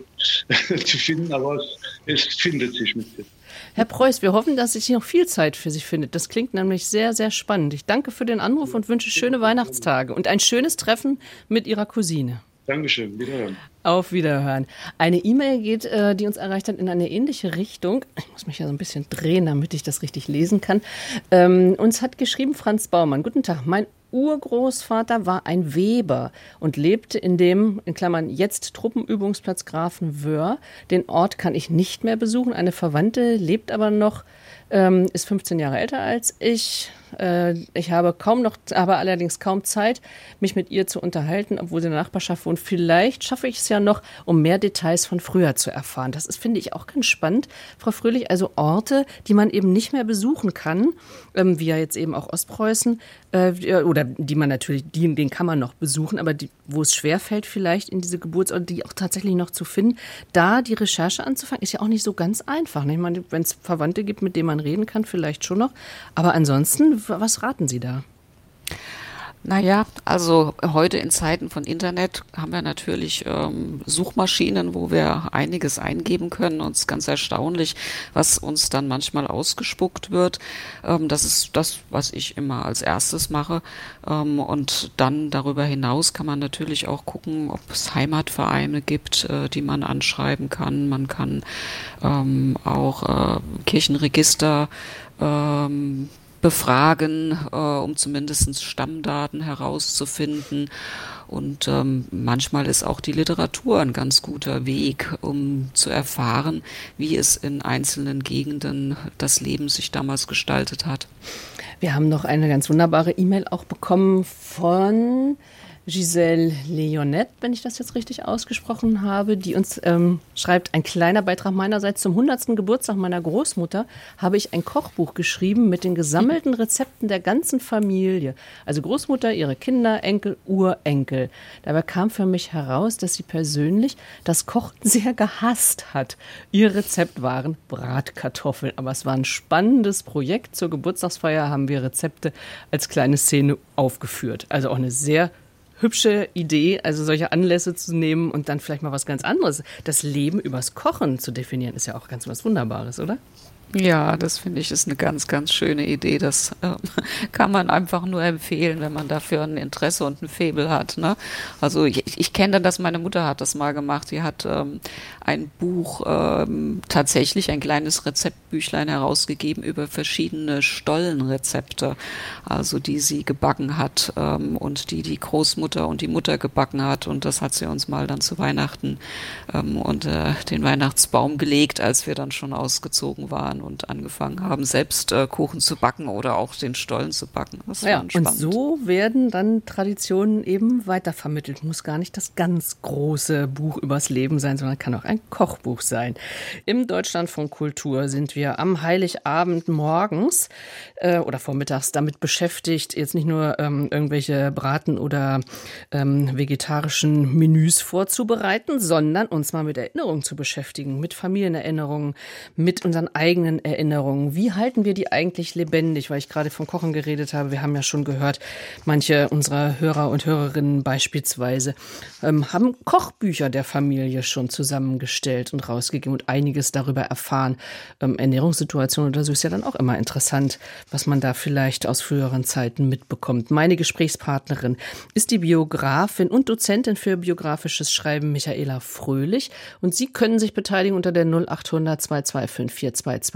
Speaker 6: zu finden, aber es, es findet sich mit dem.
Speaker 2: Herr Preuß, wir hoffen, dass sich noch viel Zeit für Sie findet. Das klingt nämlich sehr, sehr spannend. Ich danke für den Anruf und wünsche schöne Weihnachtstage und ein schönes Treffen mit Ihrer Cousine.
Speaker 6: Dankeschön, wiederhören.
Speaker 2: Auf Wiederhören. Eine E-Mail geht, äh, die uns erreicht hat, in eine ähnliche Richtung. Ich muss mich ja so ein bisschen drehen, damit ich das richtig lesen kann. Ähm, uns hat geschrieben Franz Baumann. Guten Tag, mein Urgroßvater war ein Weber und lebte in dem, in Klammern, jetzt Truppenübungsplatz Grafenwöhr. Den Ort kann ich nicht mehr besuchen. Eine Verwandte lebt aber noch, ähm, ist fünfzehn Jahre älter als ich. Äh, ich habe kaum noch, aber allerdings kaum Zeit, mich mit ihr zu unterhalten, obwohl sie in der Nachbarschaft wohnt. Vielleicht schaffe ich es ja noch, um mehr Details von früher zu erfahren. Das ist, finde ich, auch ganz spannend, Frau Fröhlich. Also Orte, die man eben nicht mehr besuchen kann, ähm, wie ja jetzt eben auch Ostpreußen, äh, oder die man natürlich, die, den kann man noch besuchen, aber die, wo es schwerfällt vielleicht in diese Geburtsorte, die auch tatsächlich noch zu finden, da die Recherche anzufangen, ist ja auch nicht so ganz einfach. Ne? Ich meine, wenn es Verwandte gibt, mit denen man reden kann, vielleicht schon noch. Aber ansonsten, was raten Sie da?
Speaker 3: Naja, also heute in Zeiten von Internet haben wir natürlich ähm, Suchmaschinen, wo wir einiges eingeben können und es ist ganz erstaunlich, was uns dann manchmal ausgespuckt wird. Ähm, das ist das, was ich immer als erstes mache. Ähm, und dann darüber hinaus kann man natürlich auch gucken, ob es Heimatvereine gibt, äh, die man anschreiben kann. Man kann ähm, auch äh, Kirchenregister ähm, befragen, äh, um zumindest Stammdaten herauszufinden. Und ähm, manchmal ist auch die Literatur ein ganz guter Weg, um zu erfahren, wie es in einzelnen Gegenden das Leben sich damals gestaltet hat.
Speaker 2: Wir haben noch eine ganz wunderbare E-Mail auch bekommen von Giselle Leonet, wenn ich das jetzt richtig ausgesprochen habe, die uns ähm, schreibt, ein kleiner Beitrag meinerseits zum hundertsten Geburtstag meiner Großmutter habe ich ein Kochbuch geschrieben mit den gesammelten Rezepten der ganzen Familie. Also Großmutter, ihre Kinder, Enkel, Urenkel. Dabei kam für mich heraus, dass sie persönlich das Kochen sehr gehasst hat. Ihr Rezept waren Bratkartoffeln. Aber es war ein spannendes Projekt. Zur Geburtstagsfeier haben wir Rezepte als kleine Szene aufgeführt. Also auch eine sehr hübsche Idee, also solche Anlässe zu nehmen und dann vielleicht mal was ganz anderes. Das Leben übers Kochen zu definieren, ist ja auch ganz was Wunderbares, oder?
Speaker 3: Ja, das finde ich ist eine ganz, ganz schöne Idee. Das äh, kann man einfach nur empfehlen, wenn man dafür ein Interesse und ein Faible hat. Ne? Also ich, ich kenne das, meine Mutter hat das mal gemacht. Sie hat ähm, ein Buch, ähm, tatsächlich ein kleines Rezeptbüchlein herausgegeben über verschiedene Stollenrezepte, also die sie gebacken hat ähm, und die die Großmutter und die Mutter gebacken hat. Und das hat sie uns mal dann zu Weihnachten ähm, unter den Weihnachtsbaum gelegt, als wir dann schon ausgezogen waren und angefangen haben, selbst äh, Kuchen zu backen oder auch den Stollen zu backen. Das war
Speaker 2: ja,
Speaker 3: spannend.
Speaker 2: und so werden dann Traditionen eben weitervermittelt. Muss gar nicht das ganz große Buch übers Leben sein, sondern kann auch ein Kochbuch sein. Im Deutschlandfunk Kultur sind wir am Heiligabend morgens äh, oder vormittags damit beschäftigt, jetzt nicht nur ähm, irgendwelche Braten oder ähm, vegetarischen Menüs vorzubereiten, sondern uns mal mit Erinnerungen zu beschäftigen, mit Familienerinnerungen, mit unseren eigenen Erinnerungen. Wie halten wir die eigentlich lebendig? Weil ich gerade vom Kochen geredet habe. Wir haben ja schon gehört, manche unserer Hörer und Hörerinnen beispielsweise ähm, haben Kochbücher der Familie schon zusammengestellt und rausgegeben und einiges darüber erfahren. Ähm, Ernährungssituationen oder so ist ja dann auch immer interessant, was man da vielleicht aus früheren Zeiten mitbekommt. Meine Gesprächspartnerin ist die Biografin und Dozentin für biografisches Schreiben Michaela Fröhlich und Sie können sich beteiligen unter der null acht hundert zwei zwei fünf vier zwei zwei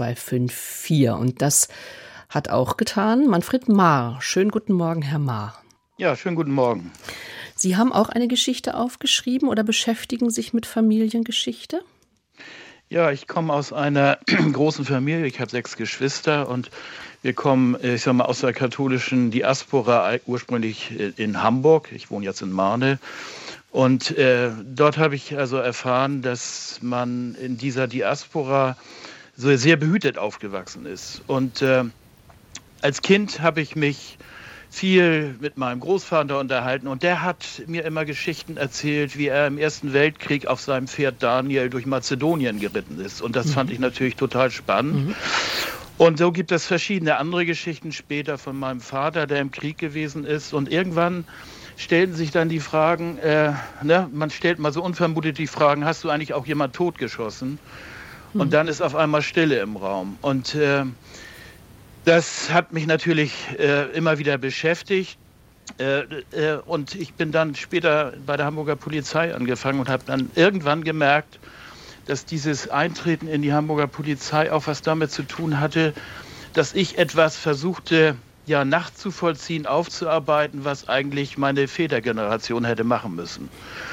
Speaker 2: zwei fünf vier. Und das hat auch getan Manfred Maar. Schönen guten Morgen, Herr Maar.
Speaker 7: Ja, schönen guten Morgen.
Speaker 2: Sie haben auch eine Geschichte aufgeschrieben oder beschäftigen sich mit Familiengeschichte?
Speaker 7: Ja, ich komme aus einer großen Familie. Ich habe sechs Geschwister und wir kommen, ich sag mal, aus der katholischen Diaspora, ursprünglich in Hamburg. Ich wohne jetzt in Marne. Und äh, dort habe ich also erfahren, dass man in dieser Diaspora so sehr behütet aufgewachsen ist. Und äh, als Kind habe ich mich viel mit meinem Großvater unterhalten und der hat mir immer Geschichten erzählt, wie er im Ersten Weltkrieg auf seinem Pferd Daniel durch Mazedonien geritten ist. Und das mhm. fand ich natürlich total spannend. Mhm. Und so gibt es verschiedene andere Geschichten später von meinem Vater, der im Krieg gewesen ist. Und irgendwann stellten sich dann die Fragen, äh, ne, man stellt mal so unvermutet die Fragen, hast du eigentlich auch jemand totgeschossen? Mhm. Und dann ist auf einmal Stille im Raum. Und äh, das hat mich natürlich äh, immer wieder beschäftigt äh, äh, und ich bin dann später bei der Hamburger Polizei angefangen und habe dann irgendwann gemerkt, dass dieses Eintreten in die Hamburger Polizei auch was damit zu tun hatte, dass ich etwas versuchte, ja, nachzuvollziehen, aufzuarbeiten, was eigentlich meine Vätergeneration hätte machen müssen.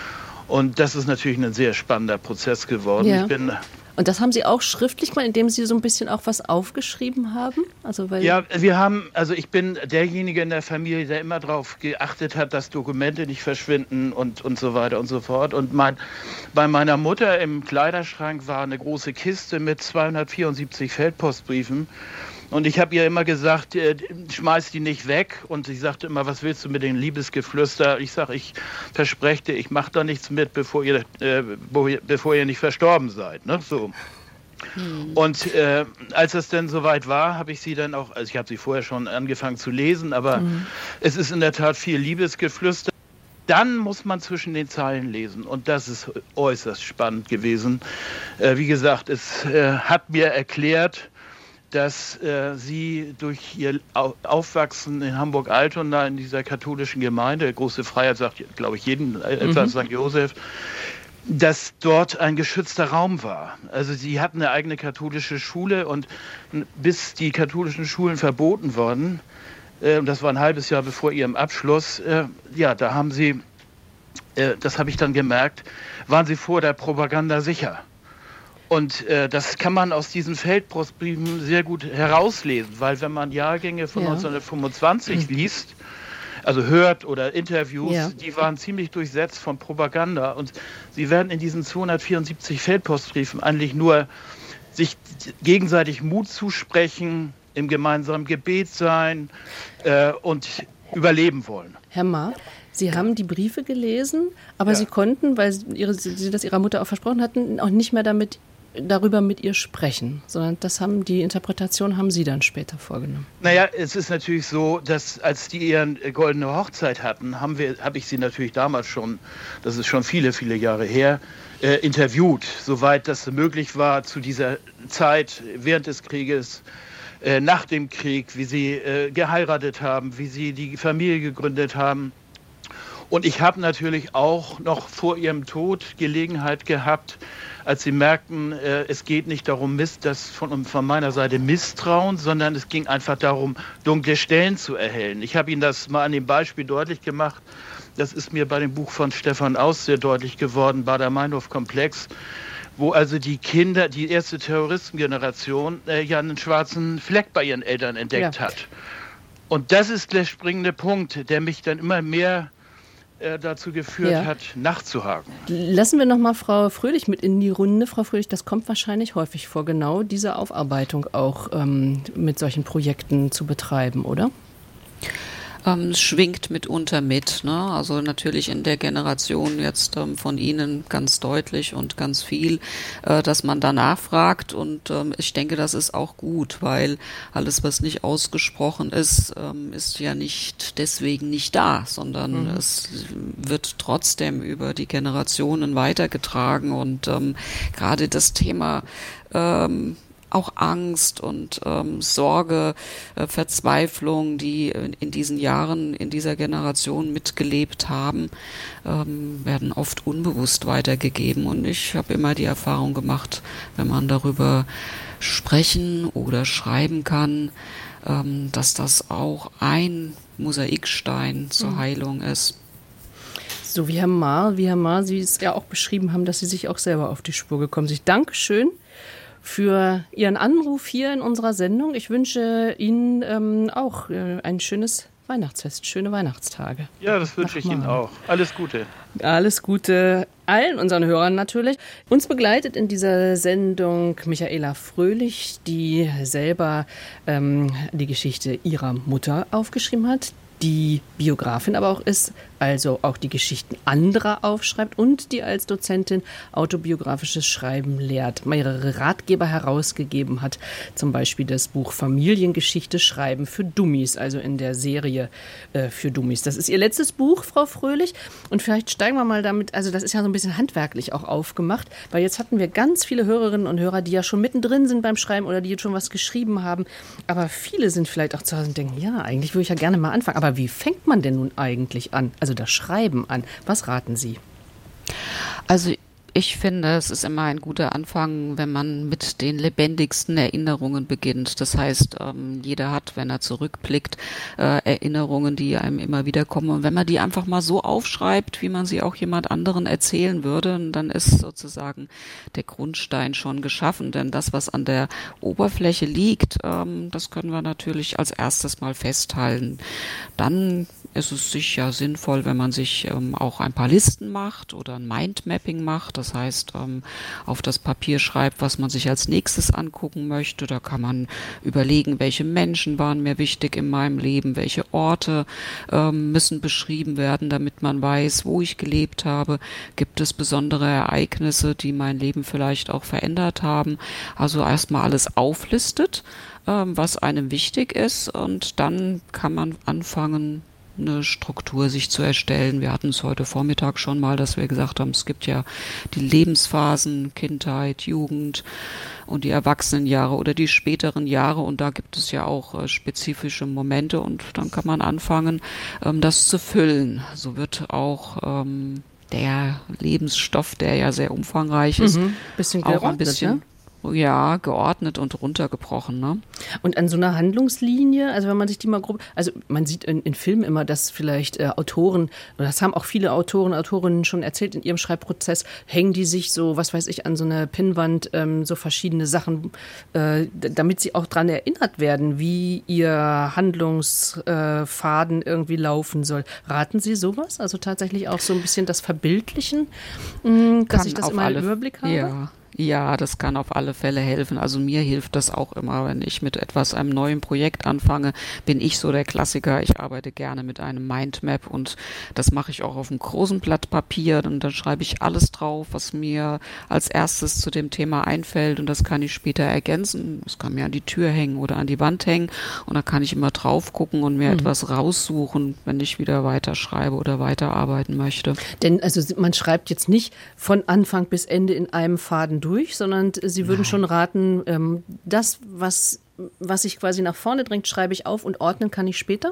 Speaker 7: Und das ist natürlich ein sehr spannender Prozess geworden.
Speaker 2: Ja.
Speaker 7: Ich bin
Speaker 2: Und das haben Sie auch schriftlich mal, indem Sie so ein bisschen auch was aufgeschrieben haben? Also weil
Speaker 7: ja, wir haben, also ich bin derjenige in der Familie, der immer darauf geachtet hat, dass Dokumente nicht verschwinden und, und so weiter und so fort. Und mein, bei meiner Mutter im Kleiderschrank war eine große Kiste mit zweihundertvierundsiebzig Feldpostbriefen. Und ich habe ihr immer gesagt, äh, schmeiß die nicht weg. Und sie sagte immer, was willst du mit den Liebesgeflüster? Ich sage, ich verspreche dir, ich mache da nichts mit, bevor ihr, äh, bevor ihr nicht verstorben seid. Ne? So. Hm. Und äh, als es dann soweit war, habe ich sie dann auch, also ich habe sie vorher schon angefangen zu lesen, aber hm. es ist in der Tat viel Liebesgeflüster. Dann muss man zwischen den Zeilen lesen und das ist äußerst spannend gewesen. Äh, wie gesagt, es äh, hat mir erklärt, dass äh, sie durch ihr Aufwachsen in Hamburg-Altona in dieser katholischen Gemeinde, große Freiheit sagt, glaube ich, jeden äh, mhm. etwas Sankt Josef, dass dort ein geschützter Raum war. Also sie hatten eine eigene katholische Schule und bis die katholischen Schulen verboten wurden, äh, das war ein halbes Jahr bevor ihrem Abschluss, äh, ja, da haben sie, äh, das habe ich dann gemerkt, waren sie vor der Propaganda sicher. Und äh, das kann man aus diesen Feldpostbriefen sehr gut herauslesen, weil wenn man Jahrgänge von ja. neunzehnhundertfünfundzwanzig liest, also hört oder Interviews, ja. die waren ziemlich durchsetzt von Propaganda. Und sie werden in diesen zweihundertvierundsiebzig Feldpostbriefen eigentlich nur sich gegenseitig Mut zusprechen, im gemeinsamen Gebet sein äh, und überleben wollen.
Speaker 2: Herr Maar, Sie haben die Briefe gelesen, aber ja. Sie konnten, weil ihre, Sie das Ihrer Mutter auch versprochen hatten, auch nicht mehr damit darüber mit ihr sprechen, sondern das haben die Interpretation haben Sie dann später vorgenommen.
Speaker 7: Naja, es ist natürlich so, dass als die ihren goldene Hochzeit hatten, haben wir, habe ich sie natürlich damals schon, das ist schon viele, viele Jahre her, äh, interviewt, soweit das möglich war zu dieser Zeit während des Krieges, äh, nach dem Krieg, wie sie äh, geheiratet haben, wie sie die Familie gegründet haben. Und ich habe natürlich auch noch vor ihrem Tod Gelegenheit gehabt, als sie merkten, äh, es geht nicht darum, Miss, das von, von meiner Seite Misstrauen, sondern es ging einfach darum, dunkle Stellen zu erhellen. Ich habe Ihnen das mal an dem Beispiel deutlich gemacht. Das ist mir bei dem Buch von Stefan Aus sehr deutlich geworden, Baader-Meinhof-Komplex, wo also die Kinder, die erste Terroristengeneration, äh, ja einen schwarzen Fleck bei ihren Eltern entdeckt ja. hat. Und das ist der springende Punkt, der mich dann immer mehr dazu geführt ja. hat, nachzuhaken.
Speaker 2: Lassen wir noch mal Frau Fröhlich mit in die Runde. Frau Fröhlich, das kommt wahrscheinlich häufig vor, genau diese Aufarbeitung auch ähm, mit solchen Projekten zu betreiben, oder?
Speaker 3: Ähm, es schwingt mitunter mit, ne? Also natürlich in der Generation jetzt ähm, von Ihnen ganz deutlich und ganz viel, äh, dass man danach fragt und ähm, ich denke, das ist auch gut, weil alles, was nicht ausgesprochen ist, ähm, ist ja nicht deswegen nicht da, sondern mhm. es wird trotzdem über die Generationen weitergetragen und ähm, gerade das Thema ähm, auch Angst und ähm, Sorge, äh, Verzweiflung, die in, in diesen Jahren, in dieser Generation mitgelebt haben, ähm, werden oft unbewusst weitergegeben. Und ich habe immer die Erfahrung gemacht, wenn man darüber sprechen oder schreiben kann, ähm, dass das auch ein Mosaikstein zur mhm. Heilung ist.
Speaker 2: So wie Herr Maar, wie Herr Maar, Sie es ja auch beschrieben haben, dass Sie sich auch selber auf die Spur gekommen sind. Dankeschön für Ihren Anruf hier in unserer Sendung. Ich wünsche Ihnen ähm, auch äh, ein schönes Weihnachtsfest, schöne Weihnachtstage.
Speaker 7: Ja, das wünsche ich Ihnen auch. Alles Gute.
Speaker 2: Alles Gute allen unseren Hörern natürlich. Uns begleitet in dieser Sendung Michaela Fröhlich, die selber ähm, die Geschichte ihrer Mutter aufgeschrieben hat, die Biografin aber auch ist, also auch die Geschichten anderer aufschreibt und die als Dozentin autobiografisches Schreiben lehrt, mehrere Ratgeber herausgegeben hat, zum Beispiel das Buch Familiengeschichte schreiben für Dummies, also in der Serie äh, für Dummies. Das ist ihr letztes Buch, Frau Fröhlich, und vielleicht steigen wir mal damit, also das ist ja so ein bisschen handwerklich auch aufgemacht, weil jetzt hatten wir ganz viele Hörerinnen und Hörer, die ja schon mittendrin sind beim Schreiben oder die jetzt schon was geschrieben haben, aber viele sind vielleicht auch zu Hause und denken, ja, eigentlich würde ich ja gerne mal anfangen, aber wie fängt man denn nun eigentlich an? Also das Schreiben an. Was raten Sie?
Speaker 3: Also ich finde, es ist immer ein guter Anfang, wenn man mit den lebendigsten Erinnerungen beginnt. Das heißt, ähm, jeder hat, wenn er zurückblickt, äh, Erinnerungen, die einem immer wieder kommen. Und wenn man die einfach mal so aufschreibt, wie man sie auch jemand anderen erzählen würde, dann ist sozusagen der Grundstein schon geschaffen. Denn das, was an der Oberfläche liegt, ähm, das können wir natürlich als erstes mal festhalten. Dann ist es sicher sinnvoll, wenn man sich ähm, auch ein paar Listen macht oder ein Mindmapping macht. Das heißt, ähm, auf das Papier schreibt, was man sich als nächstes angucken möchte. Da kann man überlegen, welche Menschen waren mir wichtig in meinem Leben, welche Orte ähm, müssen beschrieben werden, damit man weiß, wo ich gelebt habe. Gibt es besondere Ereignisse, die mein Leben vielleicht auch verändert haben? Also erstmal alles auflistet, ähm, was einem wichtig ist, und dann kann man anfangen, eine Struktur sich zu erstellen. Wir hatten es heute Vormittag schon mal, dass wir gesagt haben, es gibt ja die Lebensphasen, Kindheit, Jugend und die Erwachsenenjahre oder die späteren Jahre, und da gibt es ja auch äh, spezifische Momente, und dann kann man anfangen, ähm, das zu füllen. So wird auch ähm, der Lebensstoff, der ja sehr umfangreich ist,
Speaker 2: mhm. bisschen
Speaker 3: auch ein bisschen... Ne? Ja, geordnet und runtergebrochen, ne?
Speaker 2: Und an so einer Handlungslinie, also wenn man sich die mal grob, also man sieht in, in Filmen immer, dass vielleicht äh, Autoren, das haben auch viele Autoren, Autorinnen schon erzählt in ihrem Schreibprozess, hängen die sich so, was weiß ich, an so einer Pinnwand, ähm, so verschiedene Sachen, äh, damit sie auch dran erinnert werden, wie ihr Handlungsfaden äh, irgendwie laufen soll. Raten Sie sowas? Also tatsächlich auch so ein bisschen das Verbildlichen, mh, dass ich das immer im Überblick habe?
Speaker 3: Ja. Ja, das kann auf alle Fälle helfen. Also mir hilft das auch immer, wenn ich mit etwas, einem neuen Projekt anfange, bin ich so der Klassiker. Ich arbeite gerne mit einem Mindmap, und das mache ich auch auf einem großen Blatt Papier, und dann schreibe ich alles drauf, was mir als erstes zu dem Thema einfällt, und das kann ich später ergänzen. Das kann mir an die Tür hängen oder an die Wand hängen, und da kann ich immer drauf gucken und mir mhm. etwas raussuchen, wenn ich wieder weiterschreibe oder weiterarbeiten möchte.
Speaker 2: Denn also man schreibt jetzt nicht von Anfang bis Ende in einem Faden durch, durch, sondern Sie würden Nein. schon raten, ähm, das, was, was sich quasi nach vorne drängt, schreibe ich auf, und ordnen kann ich später?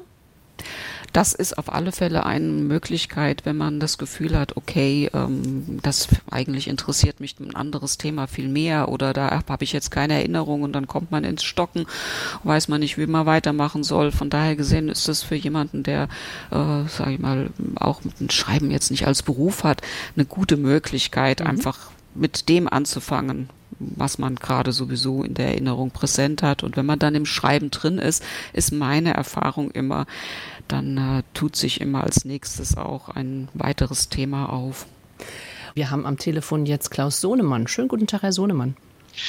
Speaker 3: Das ist auf alle Fälle eine Möglichkeit, wenn man das Gefühl hat, okay, ähm, das eigentlich interessiert mich ein anderes Thema viel mehr, oder da habe ich jetzt keine Erinnerung, und dann kommt man ins Stocken, weiß man nicht, wie man weitermachen soll. Von daher gesehen ist das für jemanden, der, äh, sage ich mal, auch mit dem Schreiben jetzt nicht als Beruf hat, eine gute Möglichkeit, mhm. einfach mit dem anzufangen, was man gerade sowieso in der Erinnerung präsent hat. Und wenn man dann im Schreiben drin ist, ist meine Erfahrung immer, dann äh, tut sich immer als nächstes auch ein weiteres Thema auf.
Speaker 2: Wir haben am Telefon jetzt Klaus Sohnemann. Schönen guten Tag, Herr Sohnemann.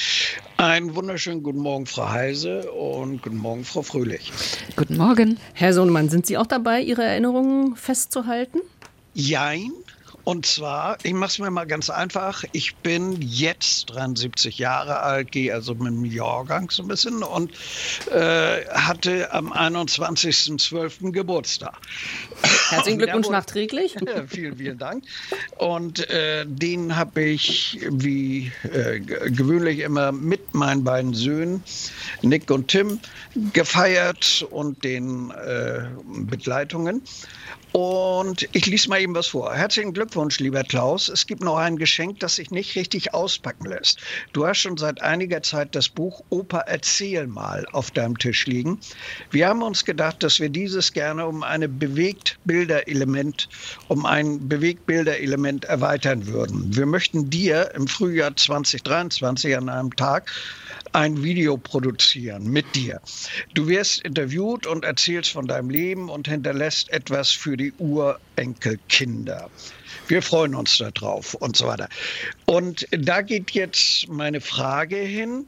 Speaker 8: Einen wunderschönen guten Morgen, Frau Heise, und guten Morgen, Frau Fröhlich.
Speaker 3: Guten Morgen.
Speaker 2: Herr Sohnemann, sind Sie auch dabei, Ihre Erinnerungen festzuhalten?
Speaker 8: Jein. Und zwar, ich mache es mir mal ganz einfach, ich bin jetzt dreiundsiebzig Jahre alt, gehe also mit dem Jahrgang so ein bisschen und äh, hatte am einundzwanzigsten zwölften Geburtstag.
Speaker 2: Herzlichen Glückwunsch nachträglich.
Speaker 8: Ja, vielen, vielen Dank. Und äh, den habe ich wie äh, gewöhnlich immer mit meinen beiden Söhnen, Nick und Tim, gefeiert und den äh, Begleitungen. Und ich lese mal eben was vor. Herzlichen Glückwunsch, lieber Klaus. Es gibt noch ein Geschenk, das sich nicht richtig auspacken lässt. Du hast schon seit einiger Zeit das Buch Opa, erzähl mal auf deinem Tisch liegen. Wir haben uns gedacht, dass wir dieses gerne um eine Bewegtbilderelement, um ein Bewegtbilderelement erweitern würden. Wir möchten dir im Frühjahr zwanzig dreiundzwanzig an einem Tag ein Video produzieren mit dir. Du wirst interviewt und erzählst von deinem Leben und hinterlässt etwas für die Urenkelkinder. Wir freuen uns darauf und so weiter. Und da geht jetzt meine Frage hin.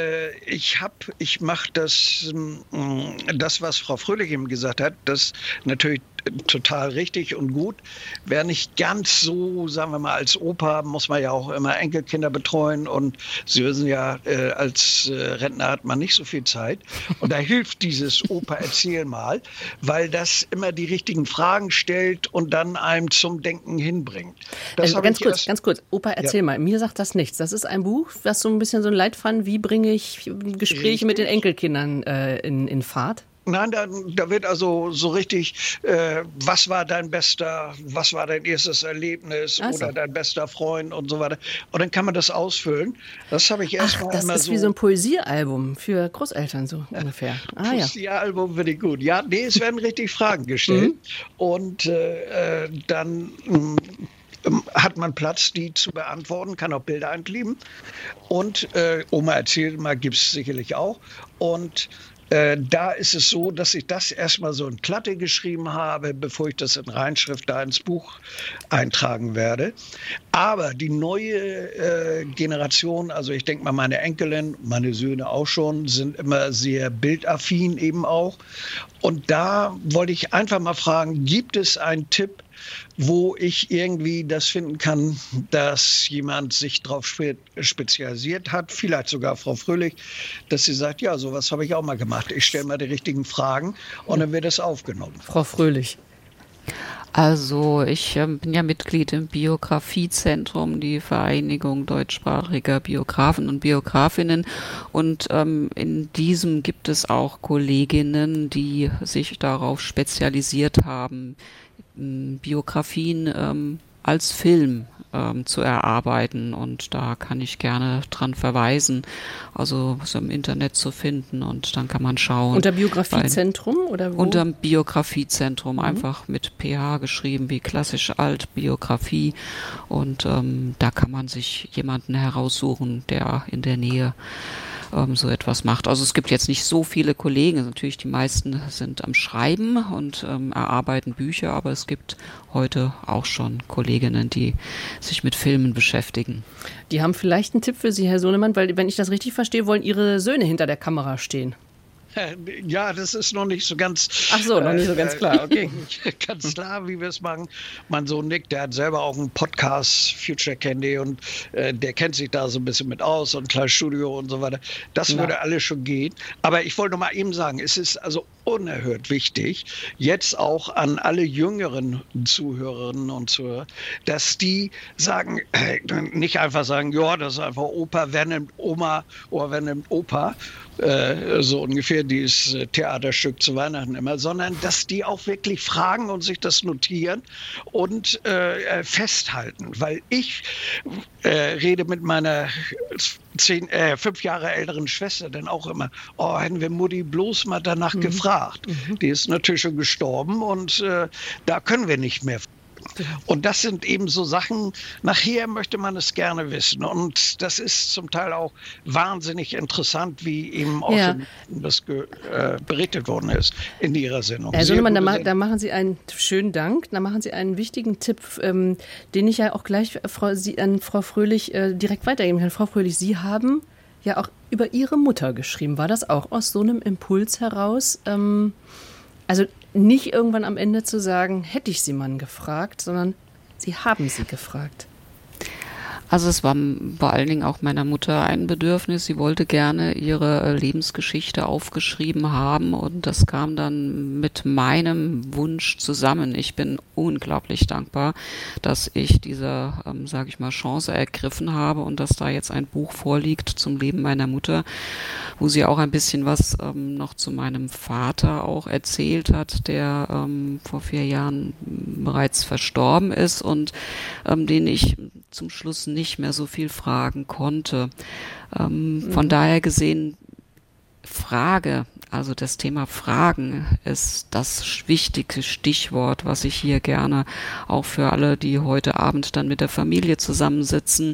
Speaker 8: Ich habe, ich mache das, das, was Frau Fröhlich eben gesagt hat, das natürlich total richtig und gut. Wäre nicht ganz so, sagen wir mal, als Opa muss man ja auch immer Enkelkinder betreuen und Sie wissen ja, als Rentner hat man nicht so viel Zeit. Und da hilft dieses Opa, erzähl mal, weil das immer die richtigen Fragen stellt und dann einem zum Denken hinbringt. Das
Speaker 2: also ganz kurz, erst, ganz kurz, Opa, erzähl ja. mal, mir sagt das nichts. Das ist ein Buch, das so ein bisschen so ein Leitfaden, wie bringe ich Gespräche richtig. mit den Enkelkindern äh, in, in Fahrt?
Speaker 8: Nein, da, da wird also so richtig, äh, was war dein bester, was war dein erstes Erlebnis so. oder dein bester Freund und so weiter. Und dann kann man das ausfüllen. Das habe ich erstmal immer so.
Speaker 2: Das ist wie so ein Poesiealbum für Großeltern so ungefähr.
Speaker 8: Ah, ja. Poesiealbum finde ich gut. Ja, nee, es werden richtig Fragen gestellt. Mhm. Und äh, dann mh, hat man Platz, die zu beantworten, kann auch Bilder einkleben. Und äh, Oma erzählt mal, gibt es sicherlich auch. Und Äh, da ist es so, dass ich das erstmal so in Klatte geschrieben habe, bevor ich das in Reinschrift da ins Buch eintragen werde. Aber die neue äh, Generation, also ich denke mal meine Enkelin, meine Söhne auch schon, sind immer sehr bildaffin eben auch. Und da wollte ich einfach mal fragen, gibt es einen Tipp, wo ich irgendwie das finden kann, dass jemand sich darauf spe- spezialisiert hat, vielleicht sogar Frau Fröhlich, dass sie sagt, ja, sowas habe ich auch mal gemacht. Ich stelle mal die richtigen Fragen und dann wird es aufgenommen.
Speaker 2: Frau Fröhlich.
Speaker 3: Also ich äh, bin ja Mitglied im Biografiezentrum, die Vereinigung deutschsprachiger Biografen und Biografinnen. Und ähm, in diesem gibt es auch Kolleginnen, die sich darauf spezialisiert haben, Biografien ähm, als Film ähm, zu erarbeiten, und da kann ich gerne dran verweisen, also so im Internet zu finden, und dann kann man schauen.
Speaker 2: Unter Biografiezentrum oder wo?
Speaker 3: Unter Biografiezentrum, mhm. einfach mit P H geschrieben, wie klassische Altbiografie, und ähm, da kann man sich jemanden heraussuchen, der in der Nähe ähm, so etwas macht. Also es gibt jetzt nicht so viele Kollegen, natürlich die meisten sind am Schreiben und ähm, erarbeiten Bücher, aber es gibt heute auch schon Kolleginnen, die sich mit Filmen beschäftigen.
Speaker 2: Die haben vielleicht einen Tipp für Sie, Herr Sohnemann, weil, wenn ich das richtig verstehe, wollen Ihre Söhne hinter der Kamera stehen.
Speaker 8: Ja, das ist noch nicht so ganz...
Speaker 2: Ach so, noch nicht so ganz klar, okay.
Speaker 8: Ganz klar, wie wir es machen. Mein Sohn Nick, der hat selber auch einen Podcast, Future Candy, und äh, der kennt sich da so ein bisschen mit aus und kleines Studio und so weiter. Das würde ja alles schon gehen. Aber ich wollte noch mal eben sagen, es ist also unerhört wichtig, jetzt auch an alle jüngeren Zuhörerinnen und Zuhörer, dass die sagen, äh, nicht einfach sagen, ja, das ist einfach Opa, wer nimmt Oma oder wer nimmt Opa, äh, so ungefähr dieses Theaterstück zu Weihnachten immer, sondern dass die auch wirklich fragen und sich das notieren und äh, festhalten. Weil ich äh, rede mit meiner zehn, äh, fünf Jahre älteren Schwester dann auch immer, oh, hätten wir Mutti bloß mal danach mhm. gefragt. Mhm. Die ist natürlich schon gestorben und äh, da können wir nicht mehr. Und das sind eben so Sachen, nachher möchte man es gerne wissen. Und das ist zum Teil auch wahnsinnig interessant, wie eben auch
Speaker 2: ja.
Speaker 8: schon das ge- äh, berichtet worden ist in Ihrer Sendung.
Speaker 2: Herr Sohnemann, da, ma- da machen Sie einen schönen Dank, da machen Sie einen wichtigen Tipp, ähm, den ich ja auch gleich Frau, Sie, an Frau Fröhlich äh, direkt weitergeben kann. Frau Fröhlich, Sie haben ja auch über Ihre Mutter geschrieben. War das auch aus so einem Impuls heraus? Ähm, also nicht irgendwann am Ende zu sagen, hätte ich sie mal gefragt, sondern Sie haben sie gefragt.
Speaker 3: Also es war vor allen Dingen auch meiner Mutter ein Bedürfnis. Sie wollte gerne ihre Lebensgeschichte aufgeschrieben haben und das kam dann mit meinem Wunsch zusammen. Ich bin unglaublich dankbar, dass ich diese, ähm, sage ich mal, Chance ergriffen habe und dass da jetzt ein Buch vorliegt zum Leben meiner Mutter, wo sie auch ein bisschen was ähm, noch zu meinem Vater auch erzählt hat, der ähm, vor vier Jahren bereits verstorben ist und ähm, den ich zum Schluss nicht mehr so viel fragen konnte. Ähm, mhm. Von daher gesehen, Frage, also das Thema Fragen ist das wichtige Stichwort, was ich hier gerne auch für alle, die heute Abend dann mit der Familie zusammensitzen,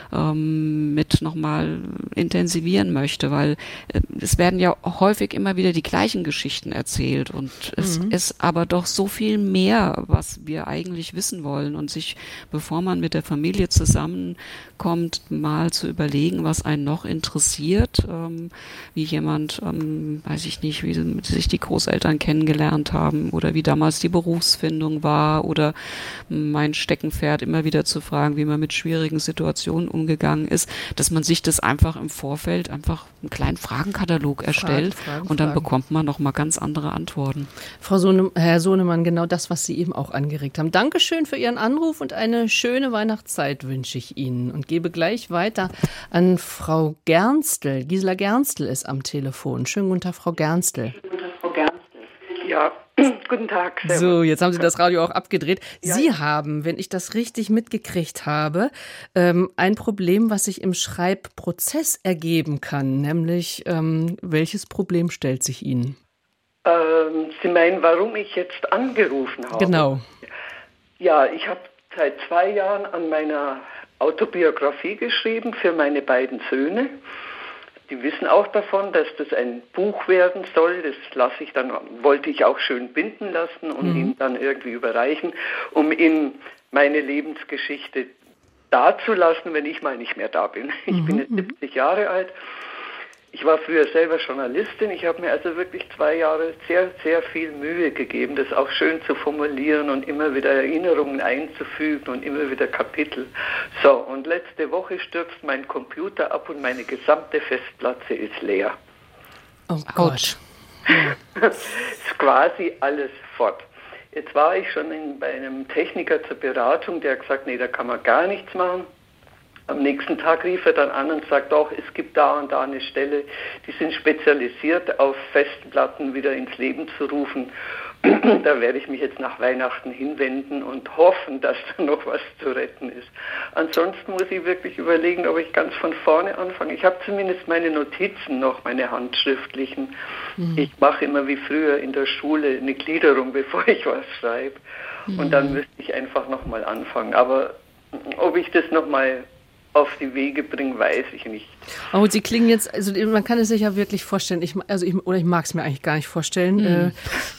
Speaker 3: ähm, mit nochmal intensivieren möchte, weil äh, es werden ja häufig immer wieder die gleichen Geschichten erzählt und es mhm. ist aber doch so viel mehr, was wir eigentlich wissen wollen und sich, bevor man mit der Familie zusammenkommt, mal zu überlegen, was einen noch interessiert, ähm, wie jemand, ähm, weiß ich nicht, wie sich die Großeltern kennengelernt haben oder wie damals die Berufsfindung war oder mein Steckenpferd immer wieder zu fragen, wie man mit schwierigen Situationen umgegangen ist, dass man sich das einfach im Vorfeld einfach einen kleinen Fragenkatalog erstellt Fragen, Fragen, und dann Fragen. bekommt man nochmal ganz andere Antworten.
Speaker 2: Frau Sohne, Herr Sohnemann, genau das, was Sie eben auch angeregt haben. Dankeschön für Ihren Anruf und eine schöne Weihnachtszeit wünsche ich Ihnen und gebe gleich weiter an Frau Gernstel. Gisela Gernstel ist am Telefon. Schönen guten Tag, Frau Gernstel.
Speaker 9: Guten Tag, Frau Gernstel. Ja, guten Tag. Servus.
Speaker 2: So, jetzt haben Sie das Radio auch abgedreht.
Speaker 9: Ja.
Speaker 2: Sie haben, wenn ich das richtig mitgekriegt habe, ähm, ein Problem, was sich im Schreibprozess ergeben kann. Nämlich, ähm, welches Problem stellt sich Ihnen?
Speaker 9: Ähm, Sie meinen, warum ich jetzt angerufen habe?
Speaker 2: Genau.
Speaker 9: Ja, ich habe seit zwei Jahren an meiner Autobiografie geschrieben für meine beiden Söhne. Die wissen auch davon, dass das ein Buch werden soll. Das lasse ich dann, wollte ich auch schön binden lassen und mhm. ihnen dann irgendwie überreichen, um ihnen meine Lebensgeschichte dazulassen, wenn ich mal nicht mehr da bin. Ich mhm. bin jetzt siebzig Jahre alt. Ich war früher selber Journalistin. Ich habe mir also wirklich zwei Jahre sehr, sehr viel Mühe gegeben, das auch schön zu formulieren und immer wieder Erinnerungen einzufügen und immer wieder Kapitel. So, und letzte Woche stürzt mein Computer ab und meine gesamte Festplatte ist leer.
Speaker 2: Oh Gott.
Speaker 9: Ist quasi alles fort. Jetzt war ich schon in, bei einem Techniker zur Beratung, der hat gesagt, nee, da kann man gar nichts machen. Am nächsten Tag rief er dann an und sagt, doch, es gibt da und da eine Stelle, die sind spezialisiert auf Festplatten wieder ins Leben zu rufen. Da werde ich mich jetzt nach Weihnachten hinwenden und hoffen, dass da noch was zu retten ist. Ansonsten muss ich wirklich überlegen, ob ich ganz von vorne anfange. Ich habe zumindest meine Notizen noch, meine handschriftlichen. Mhm. Ich mache immer wie früher in der Schule eine Gliederung, bevor ich was schreibe. Mhm. Und dann müsste ich einfach nochmal anfangen. Aber ob ich das nochmal auf die Wege bringen, weiß ich nicht.
Speaker 2: Oh, Sie klingen jetzt, also man kann es sich ja wirklich vorstellen, ich, also ich, oder ich mag es mir eigentlich gar nicht vorstellen, mhm. äh,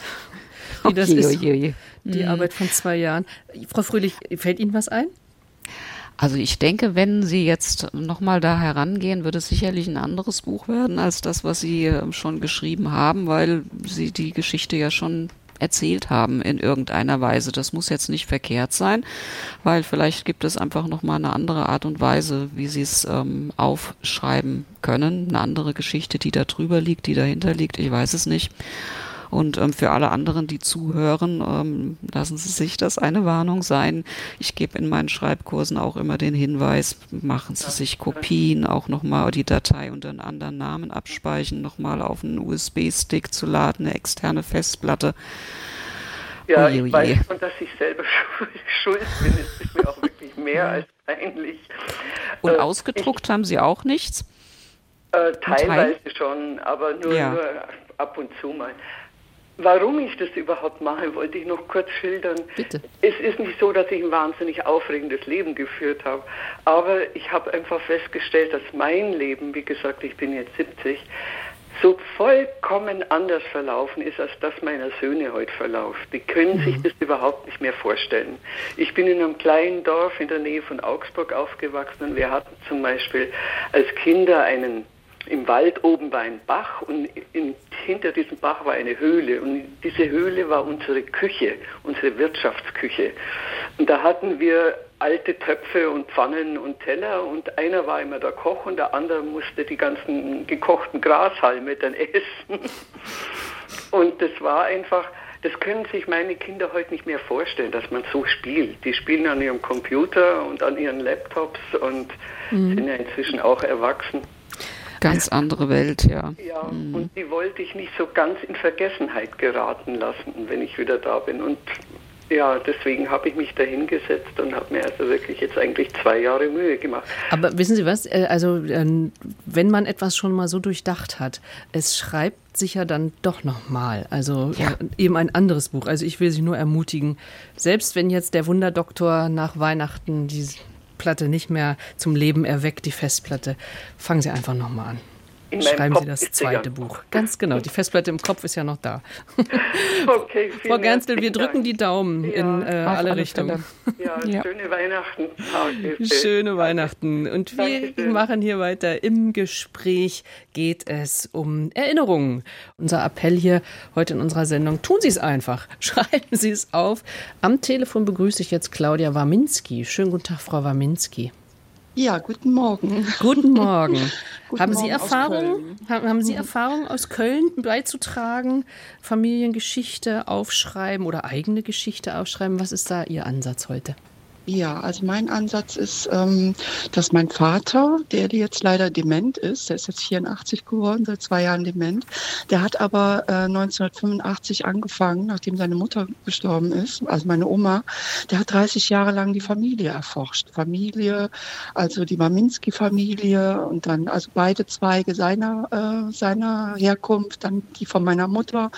Speaker 2: wie das
Speaker 3: oje,
Speaker 2: ist,
Speaker 3: oje, oje.
Speaker 2: die mhm. Arbeit von zwei Jahren. Frau Fröhlich, fällt Ihnen was ein?
Speaker 3: Also ich denke, wenn Sie jetzt nochmal da herangehen, wird es sicherlich ein anderes Buch werden als das, was Sie schon geschrieben haben, weil Sie die Geschichte ja schon erzählt haben in irgendeiner Weise. Das muss jetzt nicht verkehrt sein, weil vielleicht gibt es einfach nochmal eine andere Art und Weise, wie Sie es ähm, aufschreiben können. Eine andere Geschichte, die da drüber liegt, die dahinter liegt. Ich weiß es nicht. Und ähm, für alle anderen, die zuhören, ähm, lassen Sie sich das eine Warnung sein. Ich gebe in meinen Schreibkursen auch immer den Hinweis, machen Sie sich Kopien, auch nochmal die Datei unter einen anderen Namen abspeichern, nochmal auf einen U S B-Stick zu laden, eine externe Festplatte.
Speaker 9: Ja, oje, oje. Ich weiß schon, dass ich selber schuld bin. Es ist mir auch wirklich mehr als peinlich.
Speaker 3: Und äh, ausgedruckt ich, haben Sie auch nichts?
Speaker 9: Äh, teilweise schon, aber nur, ja. nur ab und zu mal. Warum ich das überhaupt mache, wollte ich noch kurz schildern.
Speaker 2: Bitte.
Speaker 9: Es ist nicht so, dass ich ein wahnsinnig aufregendes Leben geführt habe, aber ich habe einfach festgestellt, dass mein Leben, wie gesagt, ich bin jetzt siebzig, so vollkommen anders verlaufen ist, als das meiner Söhne heute verläuft. Die können mhm. sich das überhaupt nicht mehr vorstellen. Ich bin in einem kleinen Dorf in der Nähe von Augsburg aufgewachsen und wir hatten zum Beispiel als Kinder einen im Wald oben war ein Bach und in, hinter diesem Bach war eine Höhle. Und diese Höhle war unsere Küche, unsere Wirtschaftsküche. Und da hatten wir alte Töpfe und Pfannen und Teller und einer war immer der Koch und der andere musste die ganzen gekochten Grashalme dann essen. Und das war einfach, das können sich meine Kinder heute nicht mehr vorstellen, dass man so spielt. Die spielen an ihrem Computer und an ihren Laptops und mhm. sind ja inzwischen auch erwachsen.
Speaker 3: Ganz andere Welt, ja.
Speaker 9: Ja,
Speaker 3: mhm.
Speaker 9: und die wollte ich nicht so ganz in Vergessenheit geraten lassen, wenn ich wieder da bin. Und ja, deswegen habe ich mich da hingesetzt und habe mir also wirklich jetzt eigentlich zwei Jahre Mühe gemacht.
Speaker 2: Aber wissen Sie was, also wenn man etwas schon mal so durchdacht hat, es schreibt sich ja dann doch nochmal, also ja. eben ein anderes Buch. Also ich will Sie nur ermutigen, selbst wenn jetzt der Wunderdoktor nach Weihnachten die Platte nicht mehr zum Leben erweckt, die Festplatte, fangen Sie einfach nochmal an. Schreiben Sie das zweite ja Buch. Ganz genau, die Festplatte im Kopf ist ja noch da.
Speaker 9: Okay,
Speaker 2: Frau Gernstel, wir drücken Dank. die Daumen ja, in äh, alle Richtungen.
Speaker 9: Ja, ja, schöne Weihnachten.
Speaker 2: Schöne Weihnachten. Und wir Dankeschön. machen hier weiter. Im Gespräch geht es um Erinnerungen. Unser Appell hier heute in unserer Sendung, tun Sie es einfach. Schreiben Sie es auf. Am Telefon begrüße ich jetzt Claudia Waminski. Schönen guten Tag, Frau Waminski.
Speaker 10: Ja, guten Morgen.
Speaker 2: Guten Morgen. Guten
Speaker 10: haben
Speaker 2: Morgen
Speaker 10: Sie
Speaker 2: Erfahrung, haben, haben Sie Erfahrung aus Köln beizutragen? Familiengeschichte aufschreiben oder eigene Geschichte aufschreiben? Was ist da Ihr Ansatz heute?
Speaker 10: Ja, also mein Ansatz ist, ähm, dass mein Vater, der jetzt leider dement ist, der ist jetzt vierundachtzig geworden, seit zwei Jahren dement, der hat aber äh, neunzehnhundertfünfundachtzig angefangen, nachdem seine Mutter gestorben ist, also meine Oma, der hat dreißig Jahre lang die Familie erforscht. Familie, also die Waminski-Familie und dann also beide Zweige seiner, äh, seiner Herkunft, dann die von meiner Mutter.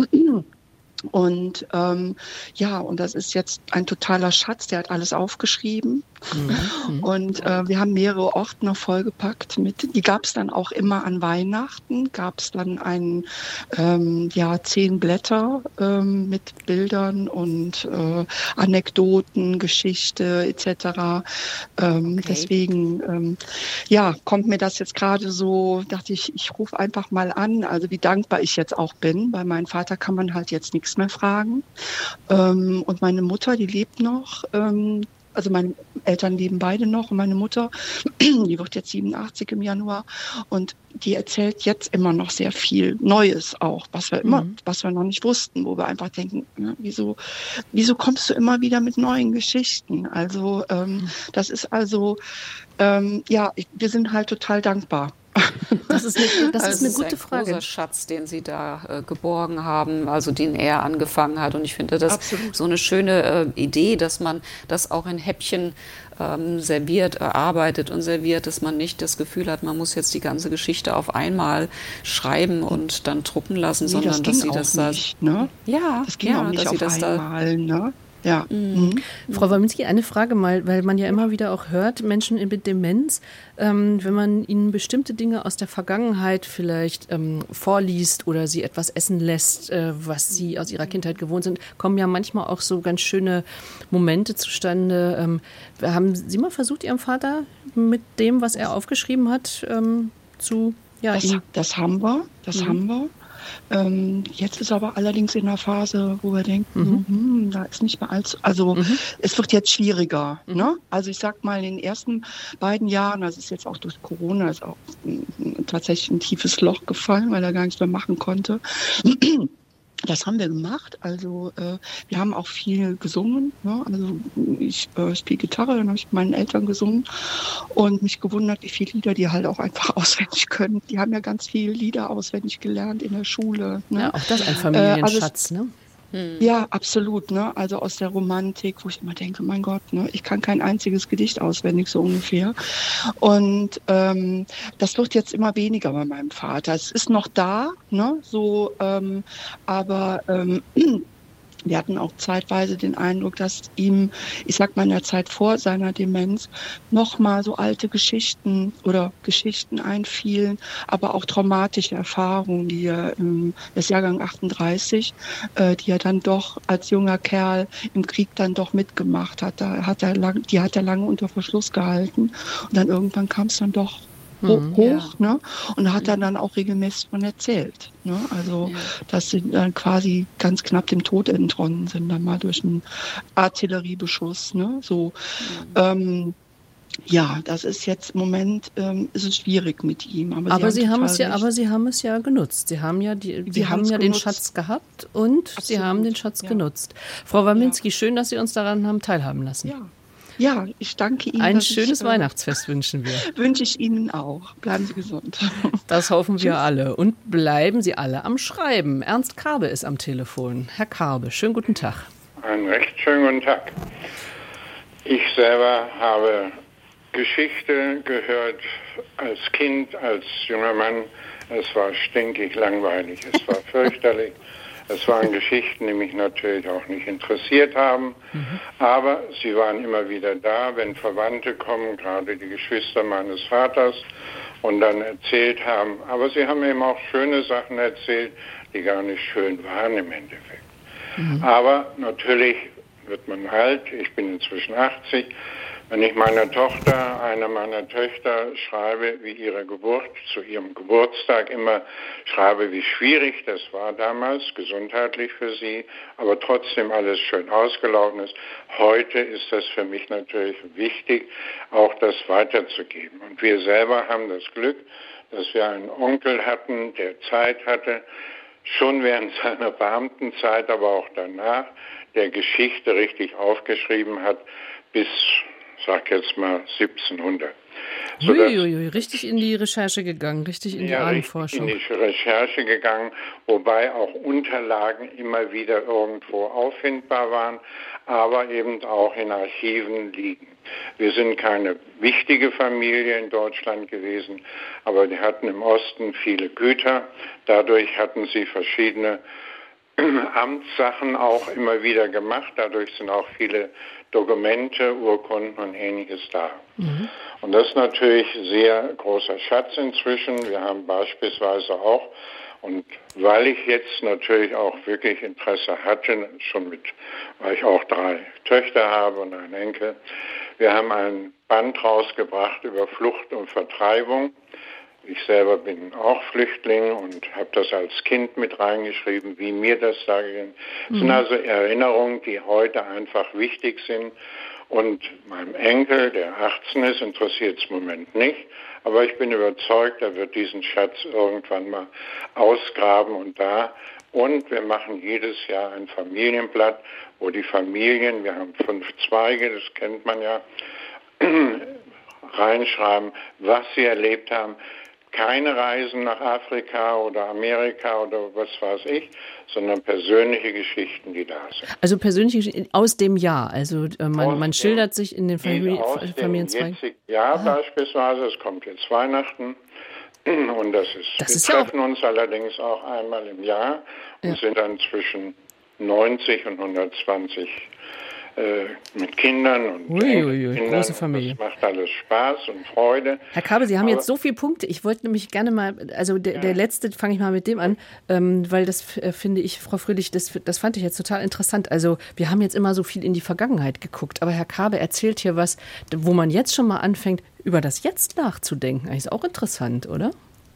Speaker 10: Und ähm, ja, und das ist jetzt ein totaler Schatz, der hat alles aufgeschrieben. Mhm. Und äh, wir haben mehrere Ordner vollgepackt mit, die gab es dann auch immer an Weihnachten, gab es dann ein, ähm, ja, zehn Blätter ähm, mit Bildern und äh, Anekdoten, Geschichte et cetera. Ähm, okay. Deswegen, ähm, ja, kommt mir das jetzt gerade so, dachte ich, ich rufe einfach mal an, also wie dankbar ich jetzt auch bin. Bei meinem Vater kann man halt jetzt nichts mehr fragen. Ähm, und meine Mutter, die lebt noch. Ähm, also meine Eltern leben beide noch und meine Mutter, die wird jetzt siebenundachtzig im Januar und die erzählt jetzt immer noch sehr viel Neues auch, was wir immer, mhm. was wir noch nicht wussten, wo wir einfach denken, ne, wieso, wieso kommst du immer wieder mit neuen Geschichten? Also ähm, mhm. das ist also, ähm, ja, ich, wir sind halt total dankbar.
Speaker 2: Das ist eine, das
Speaker 3: also
Speaker 2: ist eine gute
Speaker 3: ist ein
Speaker 2: Frage.
Speaker 3: Großer Schatz, den Sie da äh, geborgen haben, also den er angefangen hat. Und ich finde das Absolut. so eine schöne äh, Idee, dass man das auch in Häppchen ähm, serviert, erarbeitet und serviert, dass man nicht das Gefühl hat, man muss jetzt die ganze Geschichte auf einmal schreiben und dann drucken lassen, nee, sondern
Speaker 10: das
Speaker 3: dass Sie das da...
Speaker 10: Ne?
Speaker 3: Ja,
Speaker 10: das ging
Speaker 3: ja,
Speaker 10: auch nicht
Speaker 3: dass
Speaker 10: auf
Speaker 3: Sie das
Speaker 10: einmal,
Speaker 3: da,
Speaker 10: ne? Ja.
Speaker 2: Mhm. Frau Waminski, eine Frage mal, weil man ja immer wieder auch hört, Menschen mit Demenz, ähm, wenn man ihnen bestimmte Dinge aus der Vergangenheit vielleicht ähm, vorliest oder sie etwas essen lässt, äh, was sie aus ihrer Kindheit gewohnt sind, kommen ja manchmal auch so ganz schöne Momente zustande. Ähm, haben Sie mal versucht, Ihrem Vater mit dem, was er aufgeschrieben hat, ähm, zu... Ja,
Speaker 10: das, das haben wir, das mhm. haben wir. Ähm, jetzt ist aber allerdings in der Phase, wo wir denken, mhm. hm, da ist nicht mehr allzu, also mhm. es wird jetzt schwieriger. Mhm. Ne? Also ich sag mal, in den ersten beiden Jahren, das ist jetzt auch durch Corona, ist auch m, tatsächlich ein tiefes Loch gefallen, weil er gar nichts mehr machen konnte. Das haben wir gemacht. Also äh, wir haben auch viel gesungen. Ne? Also ich äh, spiele Gitarre, dann habe ich mit meinen Eltern gesungen und mich gewundert, wie viele Lieder die halt auch einfach auswendig können. Die haben ja ganz viele Lieder auswendig gelernt in der Schule. Ne?
Speaker 2: Ja, auch das ein Familienschatz, äh, also, ne?
Speaker 10: Ja, absolut. Ne? Also aus der Romantik, wo ich immer denke, mein Gott, ne? Ich kann kein einziges Gedicht auswendig, so ungefähr. Und ähm, das wird jetzt immer weniger bei meinem Vater. Es ist noch da, ne? So, ähm, aber ähm, wir hatten auch zeitweise den Eindruck, dass ihm, ich sag mal in der Zeit vor seiner Demenz, nochmal so alte Geschichten oder Geschichten einfielen, aber auch traumatische Erfahrungen, die er im das Jahrgang achtunddreißig, äh, die er dann doch als junger Kerl im Krieg dann doch mitgemacht hat. Da hat er lang, die hat er lange unter Verschluss gehalten und dann irgendwann kam es dann doch hoch,
Speaker 2: Mhm,
Speaker 10: hoch
Speaker 2: ja.
Speaker 10: ne? Und hat dann, dann auch regelmäßig von erzählt. Ne? Also,
Speaker 3: Ja.
Speaker 10: dass sie dann quasi ganz knapp dem Tod entronnen sind, dann mal durch einen Artilleriebeschuss. Ne? So, ähm, ja, das ist jetzt im Moment ähm, ist es schwierig mit ihm. Aber,
Speaker 2: Aber
Speaker 10: Sie
Speaker 2: Sie
Speaker 10: haben
Speaker 2: haben
Speaker 10: total
Speaker 2: es ja,
Speaker 10: recht.
Speaker 2: aber Sie haben es ja genutzt. Sie haben ja die, Sie,
Speaker 10: Sie
Speaker 2: haben
Speaker 10: haben's
Speaker 2: ja den
Speaker 10: genutzt.
Speaker 2: Schatz gehabt und Sie
Speaker 10: Absolut,
Speaker 2: haben den Schatz
Speaker 10: ja.
Speaker 2: genutzt. Frau Waminski, schön, dass Sie uns daran haben teilhaben lassen.
Speaker 10: Ja. Ja, ich danke Ihnen.
Speaker 2: Ein
Speaker 10: dass
Speaker 2: schönes
Speaker 10: ich, äh,
Speaker 2: Weihnachtsfest wünschen wir.
Speaker 10: Wünsche ich Ihnen auch. Bleiben Sie gesund.
Speaker 2: Das hoffen wir
Speaker 10: Tschüss.
Speaker 2: alle. Und bleiben Sie alle am Schreiben. Ernst Karbe ist am Telefon. Herr Karbe, schönen guten Tag.
Speaker 11: Einen recht schönen guten Tag. Ich selber habe Geschichte gehört als Kind, als junger Mann. Es war stinkig langweilig, es war fürchterlich. Es waren Geschichten, die mich natürlich auch nicht interessiert haben. Mhm. Aber sie waren immer wieder da, wenn Verwandte kommen, gerade die Geschwister meines Vaters, und dann erzählt haben. Aber sie haben eben auch schöne Sachen erzählt, die gar nicht schön waren im Endeffekt. Mhm. Aber natürlich wird man alt. Ich bin inzwischen achtzig. Wenn ich meiner Tochter, einer meiner Töchter, schreibe, wie ihre Geburt, zu ihrem Geburtstag immer schreibe, wie schwierig das war damals, gesundheitlich für sie, aber trotzdem alles schön ausgelaufen ist. Heute ist das für mich natürlich wichtig, auch das weiterzugeben. Und wir selber haben das Glück, dass wir einen Onkel hatten, der Zeit hatte, schon während seiner Beamtenzeit, aber auch danach, der Geschichte richtig aufgeschrieben hat, bis, sag jetzt mal, siebzehnhundert.
Speaker 2: Uiuiui, richtig in die Recherche gegangen, richtig in die
Speaker 11: ja,
Speaker 2: Ahnenforschung.
Speaker 11: in die Recherche gegangen, wobei auch Unterlagen immer wieder irgendwo auffindbar waren, aber eben auch in Archiven liegen. Wir sind keine wichtige Familie in Deutschland gewesen, aber die hatten im Osten viele Güter. Dadurch hatten sie verschiedene Amtssachen auch immer wieder gemacht. Dadurch sind auch viele Dokumente, Urkunden und Ähnliches da. Mhm. Und das ist natürlich sehr großer Schatz inzwischen. Wir haben beispielsweise auch, und weil ich jetzt natürlich auch wirklich Interesse hatte, schon mit, weil ich auch drei Töchter habe und einen Enkel, wir haben ein Band rausgebracht über Flucht und Vertreibung. Ich selber bin auch Flüchtling und habe das als Kind mit reingeschrieben, wie mir das da ging. Das mhm. sind also Erinnerungen, die heute einfach wichtig sind. Und meinem Enkel, der achtzehn ist, interessiert es im Moment nicht. Aber ich bin überzeugt, er wird diesen Schatz irgendwann mal ausgraben und da. Und wir machen jedes Jahr ein Familienblatt, wo die Familien, wir haben fünf Zweige, das kennt man ja, reinschreiben, was sie erlebt haben. Keine Reisen nach Afrika oder Amerika oder was weiß ich, sondern persönliche Geschichten, die da sind.
Speaker 2: Also persönliche Geschichten aus dem Jahr. Also äh, man, man schildert sich in den Famili- Familienzweigen.
Speaker 11: Ja, beispielsweise, es kommt jetzt Weihnachten. Und das ist,
Speaker 2: das
Speaker 11: wir
Speaker 2: ist
Speaker 11: treffen
Speaker 2: ja
Speaker 11: uns allerdings auch einmal im Jahr und ja. sind dann zwischen neunzig und hundertzwanzig äh, mit Kindern und
Speaker 2: Uiuiui,
Speaker 11: Kindern.
Speaker 2: Große Familie.
Speaker 11: Das macht alles Spaß und Freude.
Speaker 2: Herr Karbe, Sie haben
Speaker 11: Aber
Speaker 2: jetzt so viele Punkte. Ich wollte nämlich gerne mal, also der, ja. der letzte, fange ich mal mit dem an, ähm, weil das äh, finde ich, Frau Fröhlich, das, das fand ich jetzt total interessant. Also wir haben jetzt immer so viel in die Vergangenheit geguckt, aber Herr Karbe erzählt hier was, wo man jetzt schon mal anfängt, über das Jetzt nachzudenken. Das ist auch interessant, oder?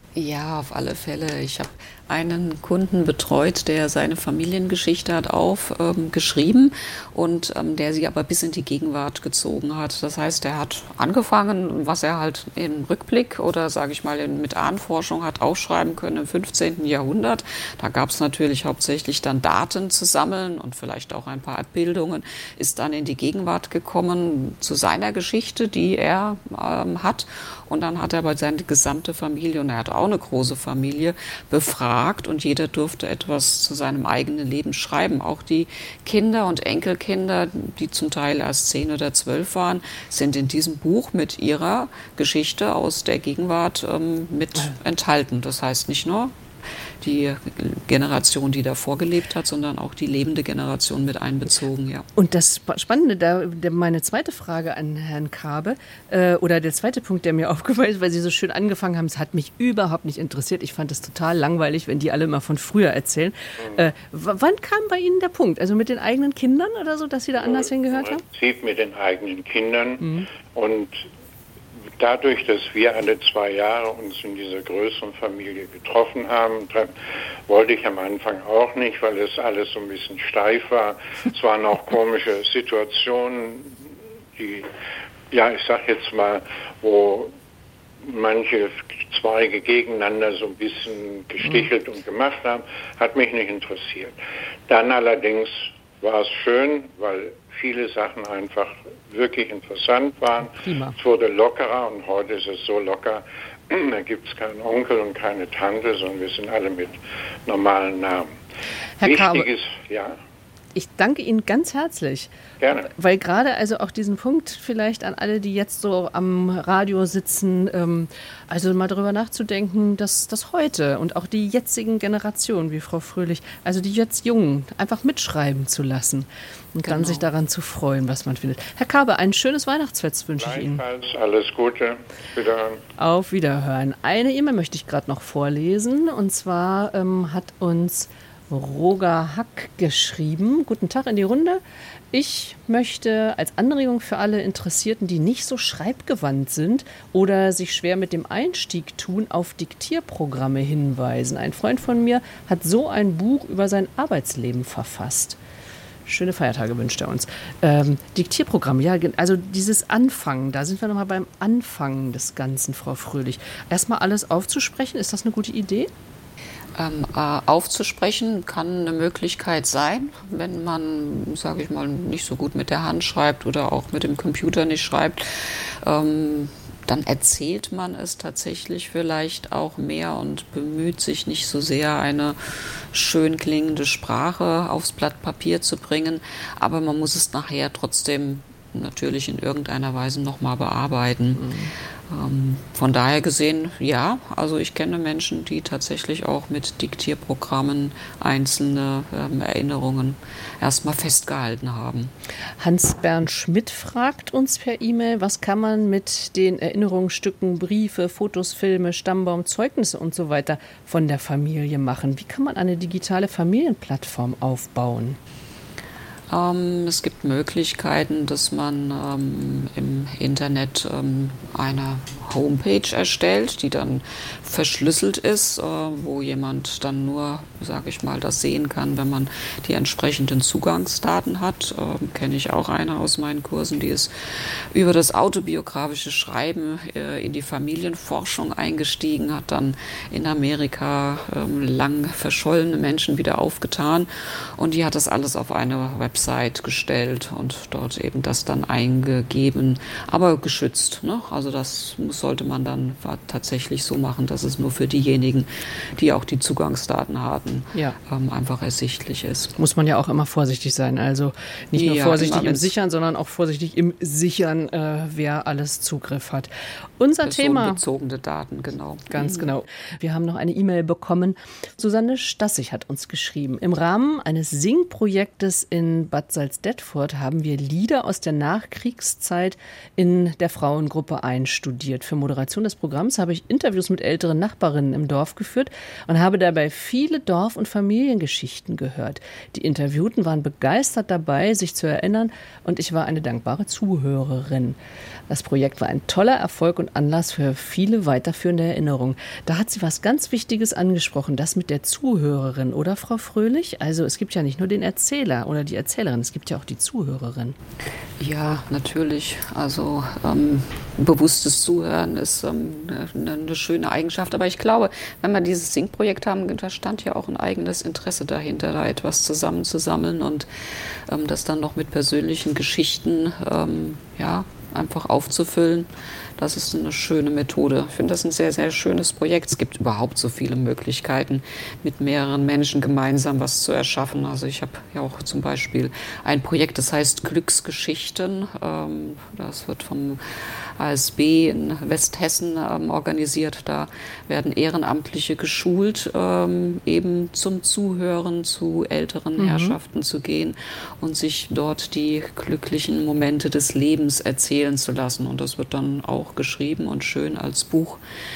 Speaker 3: Ja, auf alle Fälle. Ich habe einen Kunden betreut, der seine Familiengeschichte hat aufgeschrieben ähm, und ähm, der sie aber bis in die Gegenwart gezogen hat. Das heißt, er hat angefangen, was er halt im Rückblick oder sage ich mal in, mit Ahnenforschung hat aufschreiben können im fünfzehnten Jahrhundert. Da gab es natürlich hauptsächlich dann Daten zu sammeln und vielleicht auch ein paar Abbildungen, ist dann in die Gegenwart gekommen zu seiner Geschichte, die er ähm, hat. Und dann hat er aber seine gesamte Familie, und er hat auch eine große Familie, befragt und jeder durfte etwas zu seinem eigenen Leben schreiben. Auch die Kinder und Enkelkinder, die zum Teil erst zehn oder zwölf waren, sind in diesem Buch mit ihrer Geschichte aus der Gegenwart ähm, mit enthalten. Das heißt nicht nur die Generation, die davor gelebt hat, sondern auch die lebende Generation mit einbezogen, ja.
Speaker 2: Und das Spannende, da der, meine zweite Frage an Herrn Karbe, äh, oder der zweite Punkt, der mir aufgefallen ist, weil Sie so schön angefangen haben, es hat mich überhaupt nicht interessiert. Ich fand es total langweilig, wenn die alle immer von früher erzählen. Mhm. Äh, w- wann kam bei Ihnen der Punkt? Also mit den eigenen Kindern oder so, dass Sie da anders hingehört haben?
Speaker 11: Im Prinzip mit den eigenen Kindern. Mhm. Und dadurch, dass wir alle zwei Jahre uns in dieser größeren Familie getroffen haben, wollte ich am Anfang auch nicht, weil es alles so ein bisschen steif war. Es waren auch komische Situationen, die, ja, ich sag jetzt mal, wo manche Zweige gegeneinander so ein bisschen gestichelt und gemacht haben, hat mich nicht interessiert. Dann allerdings war es schön, weil viele Sachen einfach wirklich interessant waren. Prima. Es wurde lockerer und heute ist es so locker, da gibt es keinen Onkel und keine Tante, sondern wir sind alle mit normalen Namen.
Speaker 2: Herr
Speaker 11: Wichtig
Speaker 2: Kabe,
Speaker 11: ist, ja.
Speaker 2: Ich danke Ihnen ganz herzlich.
Speaker 11: Gerne.
Speaker 2: Weil gerade also auch diesen Punkt vielleicht an alle, die jetzt so am Radio sitzen, ähm, also mal darüber nachzudenken, dass das heute und auch die jetzigen Generationen, wie Frau Fröhlich, also die jetzt Jungen, einfach mitschreiben zu lassen und genau. dann sich daran zu freuen, was man findet. Herr Kabe, ein schönes Weihnachtsfest wünsche ich Ihnen.
Speaker 11: Alles Gute. Wiederhören.
Speaker 2: Auf Wiederhören. Eine E-Mail möchte ich gerade noch vorlesen und zwar ähm, hat uns Roger Hack geschrieben. Guten Tag in die Runde. Ich möchte als Anregung für alle Interessierten, die nicht so schreibgewandt sind oder sich schwer mit dem Einstieg tun, auf Diktierprogramme hinweisen. Ein Freund von mir hat so ein Buch über sein Arbeitsleben verfasst. Schöne Feiertage wünscht er uns. Ähm, Diktierprogramm, ja, also dieses Anfangen, da sind wir nochmal beim Anfangen des Ganzen, Frau Fröhlich. Erstmal alles aufzusprechen, ist das eine gute Idee?
Speaker 3: Ähm, äh, aufzusprechen kann eine Möglichkeit sein, wenn man, sage ich mal, nicht so gut mit der Hand schreibt oder auch mit dem Computer nicht schreibt. Ähm, dann erzählt man es tatsächlich vielleicht auch mehr und bemüht sich nicht so sehr, eine schön klingende Sprache aufs Blatt Papier zu bringen. Aber man muss es nachher trotzdem natürlich in irgendeiner Weise nochmal bearbeiten. Mhm. Ähm, von daher gesehen, ja, also ich kenne Menschen, die tatsächlich auch mit Diktierprogrammen einzelne ähm, Erinnerungen erstmal festgehalten haben.
Speaker 2: Hans-Bernd Schmidt fragt uns per E-Mail, was kann man mit den Erinnerungsstücken, Briefe, Fotos, Filme, Stammbaum, Zeugnisse und so weiter von der Familie machen? Wie kann man eine digitale Familienplattform aufbauen?
Speaker 3: Ähm, es gibt Möglichkeiten, dass man ähm, im Internet ähm, eine Homepage erstellt, die dann verschlüsselt ist, äh, wo jemand dann nur, sage ich mal, das sehen kann, wenn man die entsprechenden Zugangsdaten hat. Ähm, kenne ich auch eine aus meinen Kursen, die ist über das autobiografische Schreiben äh, in die Familienforschung eingestiegen, hat dann in Amerika ähm, lang verschollene Menschen wieder aufgetan und die hat das alles auf eine Website gestellt und dort eben das dann eingegeben, aber geschützt, ne? Also das muss sollte man dann tatsächlich so machen, dass es nur für diejenigen, die auch die Zugangsdaten hatten, ja. ähm, einfach ersichtlich ist.
Speaker 2: Muss man ja auch immer vorsichtig sein. Also nicht nur ja, vorsichtig im Sichern, sondern auch vorsichtig im Sichern, äh, wer alles Zugriff hat. Unser Thema.
Speaker 3: Personenbezogene Daten, genau.
Speaker 2: Ganz mhm. genau. Wir haben noch eine E-Mail bekommen. Susanne Stassig hat uns geschrieben. Im Rahmen eines Singprojektes in Bad Salzdetfurt haben wir Lieder aus der Nachkriegszeit in der Frauengruppe einstudiert. Für Moderation des Programms habe ich Interviews mit älteren Nachbarinnen im Dorf geführt und habe dabei viele Dorf- und Familiengeschichten gehört. Die Interviewten waren begeistert dabei, sich zu erinnern, und ich war eine dankbare Zuhörerin. Das Projekt war ein toller Erfolg und Anlass für viele weiterführende Erinnerungen. Da hat sie was ganz Wichtiges angesprochen, das mit der Zuhörerin, oder Frau Fröhlich? Also es gibt ja nicht nur den Erzähler oder die Erzählerin, es gibt ja auch die Zuhörerin.
Speaker 3: Ja, natürlich. Also ähm, bewusstes Zuhören ist ähm, eine, eine schöne Eigenschaft. Aber ich glaube, wenn wir dieses Singprojekt haben, da stand ja auch ein eigenes Interesse dahinter, da etwas zusammenzusammeln und ähm, das dann noch mit persönlichen Geschichten ähm, ja, einfach aufzufüllen. Das ist eine schöne Methode. Ich finde das ein sehr, sehr schönes Projekt. Es gibt überhaupt so viele Möglichkeiten, mit mehreren Menschen gemeinsam was zu erschaffen. Also ich habe ja auch zum Beispiel ein Projekt, das heißt Glücksgeschichten. Das wird vom A S B in Westhessen organisiert. Da werden Ehrenamtliche geschult, eben zum Zuhören zu älteren mhm. Herrschaften zu gehen und sich dort die glücklichen Momente des Lebens erzählen zu lassen. Und das wird dann auch geschrieben und schön als Buch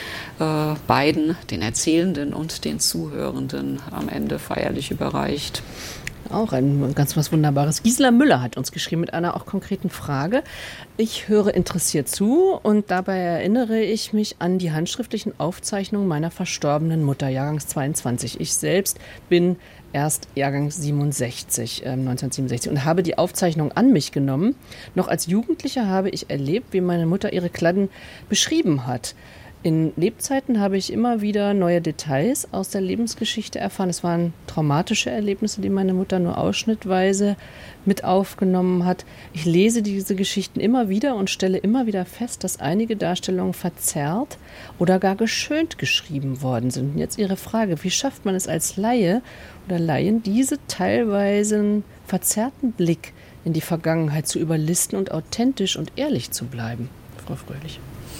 Speaker 3: äh, beiden, den Erzählenden und den Zuhörenden, am Ende feierlich überreicht.
Speaker 2: auch ein ganz was Wunderbares. Gisela Müller hat uns geschrieben mit einer auch konkreten Frage. Ich höre interessiert zu und dabei erinnere ich mich an die handschriftlichen Aufzeichnungen meiner verstorbenen Mutter, Jahrgangs zweiundzwanzig. Ich selbst bin erst Jahrgang siebenundsechzig, äh, neunzehnhundertsiebenundsechzig und habe die Aufzeichnung an mich genommen. Noch als Jugendlicher habe ich erlebt, wie meine Mutter ihre Kladden beschrieben hat. In Lebzeiten habe ich immer wieder neue Details aus der Lebensgeschichte erfahren. Es waren traumatische Erlebnisse, die meine Mutter nur ausschnittweise mit aufgenommen hat. Ich lese diese Geschichten immer wieder und stelle immer wieder fest, dass einige Darstellungen verzerrt oder gar geschönt geschrieben worden sind. Und jetzt Ihre Frage, wie schafft man es als Laie oder Laien, diese teilweise verzerrten Blick in die Vergangenheit zu überlisten und authentisch und ehrlich zu bleiben? Frau Fröhlich.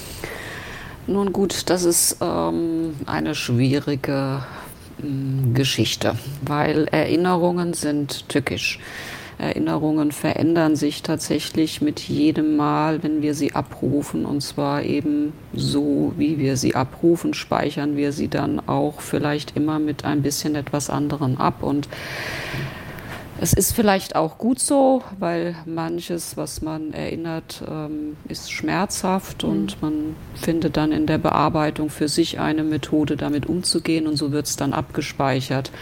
Speaker 3: Nun gut, das ist ähm, eine schwierige ähm, Geschichte, weil Erinnerungen sind tückisch. Erinnerungen verändern sich tatsächlich mit jedem Mal, wenn wir sie abrufen. Und zwar eben so, wie wir sie abrufen, speichern wir sie dann auch vielleicht immer mit ein bisschen etwas anderem ab. Und es ist vielleicht auch gut so, weil manches, was man erinnert, ähm, ist schmerzhaft, mhm. und man findet dann in der Bearbeitung für sich eine Methode, damit umzugehen, und so wird es dann abgespeichert.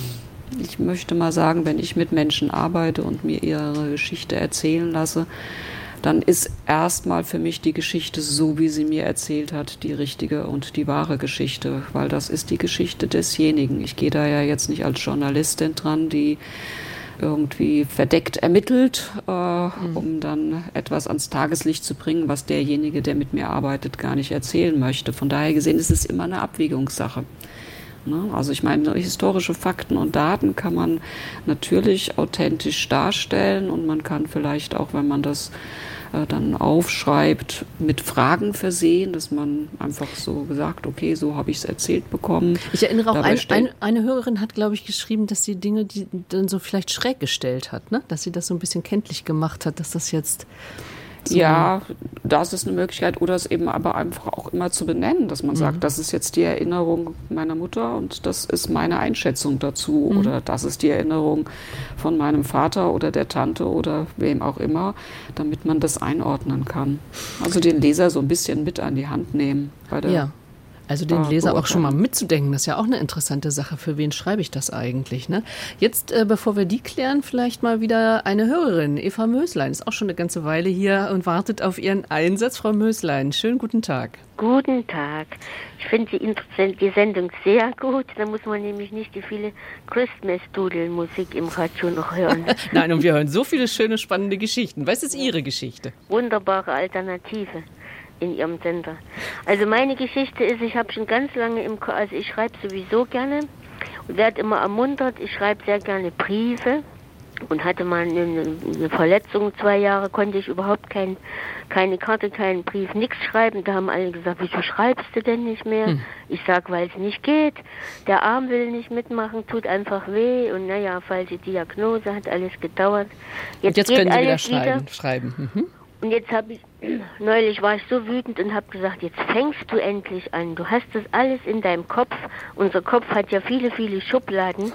Speaker 3: Ich möchte mal sagen, wenn ich mit Menschen arbeite und mir ihre Geschichte erzählen lasse, dann ist erstmal für mich die Geschichte, so wie sie mir erzählt hat, die richtige und die wahre Geschichte, weil das ist die Geschichte desjenigen. Ich gehe da ja jetzt nicht als Journalistin dran, die irgendwie verdeckt ermittelt, äh, mhm. um dann etwas ans Tageslicht zu bringen, was derjenige, der mit mir arbeitet, gar nicht erzählen möchte. Von daher gesehen ist es immer eine Abwägungssache. Ne? Also ich meine, historische Fakten und Daten kann man natürlich authentisch darstellen, und man kann vielleicht auch, wenn man das äh, dann aufschreibt, mit Fragen versehen, dass man einfach so gesagt, okay, so habe ich es erzählt bekommen.
Speaker 2: Ich erinnere auch, ein, ein, eine Hörerin hat, glaube ich, geschrieben, dass sie Dinge, die dann so vielleicht schräg gestellt hat, ne? Dass sie das so ein bisschen kenntlich gemacht hat, dass das jetzt so.
Speaker 3: Ja, das ist eine Möglichkeit, oder es eben aber einfach auch immer zu benennen, dass man mhm. sagt, das ist jetzt die Erinnerung meiner Mutter und das ist meine Einschätzung dazu, mhm. oder das ist die Erinnerung von meinem Vater oder der Tante oder wem auch immer, damit man das einordnen kann. Also den Leser so ein bisschen mit an die Hand nehmen bei der
Speaker 2: ja. Also den Leser auch schon mal mitzudenken, das ist ja auch eine interessante Sache. Für wen schreibe ich das eigentlich? Ne? Jetzt, äh, bevor wir die klären, vielleicht mal wieder eine Hörerin. Eva Möslein ist auch schon eine ganze Weile hier und wartet auf ihren Einsatz. Frau Möslein, schönen guten Tag.
Speaker 12: Guten Tag. Ich finde die, die Sendung sehr gut. Da muss man nämlich nicht die viele Christmas-Dudeln-Musik im Radio noch hören.
Speaker 2: Nein, und wir hören so viele schöne, spannende Geschichten. Was ist Ihre Geschichte?
Speaker 12: Wunderbare Alternative in Ihrem Sender. Also meine Geschichte ist, ich habe schon ganz lange im, also ich schreibe sowieso gerne und werde immer ermuntert. Ich schreibe sehr gerne Briefe und hatte mal eine, eine Verletzung, zwei Jahre konnte ich überhaupt kein, keine Karte, keinen Brief, nichts schreiben. Da haben alle gesagt, wieso schreibst du denn nicht mehr? Hm. Ich sag, weil es nicht geht. Der Arm will nicht mitmachen, tut einfach weh und naja, falsche Diagnose, hat alles gedauert.
Speaker 2: Jetzt, und jetzt
Speaker 12: geht
Speaker 2: können Sie wieder
Speaker 12: alles
Speaker 2: schreiben.
Speaker 12: Wieder.
Speaker 2: schreiben. Mhm.
Speaker 12: Und jetzt habe ich, neulich war ich so wütend und habe gesagt, jetzt fängst du endlich an. Du hast das alles in deinem Kopf. Unser Kopf hat ja viele, viele Schubladen.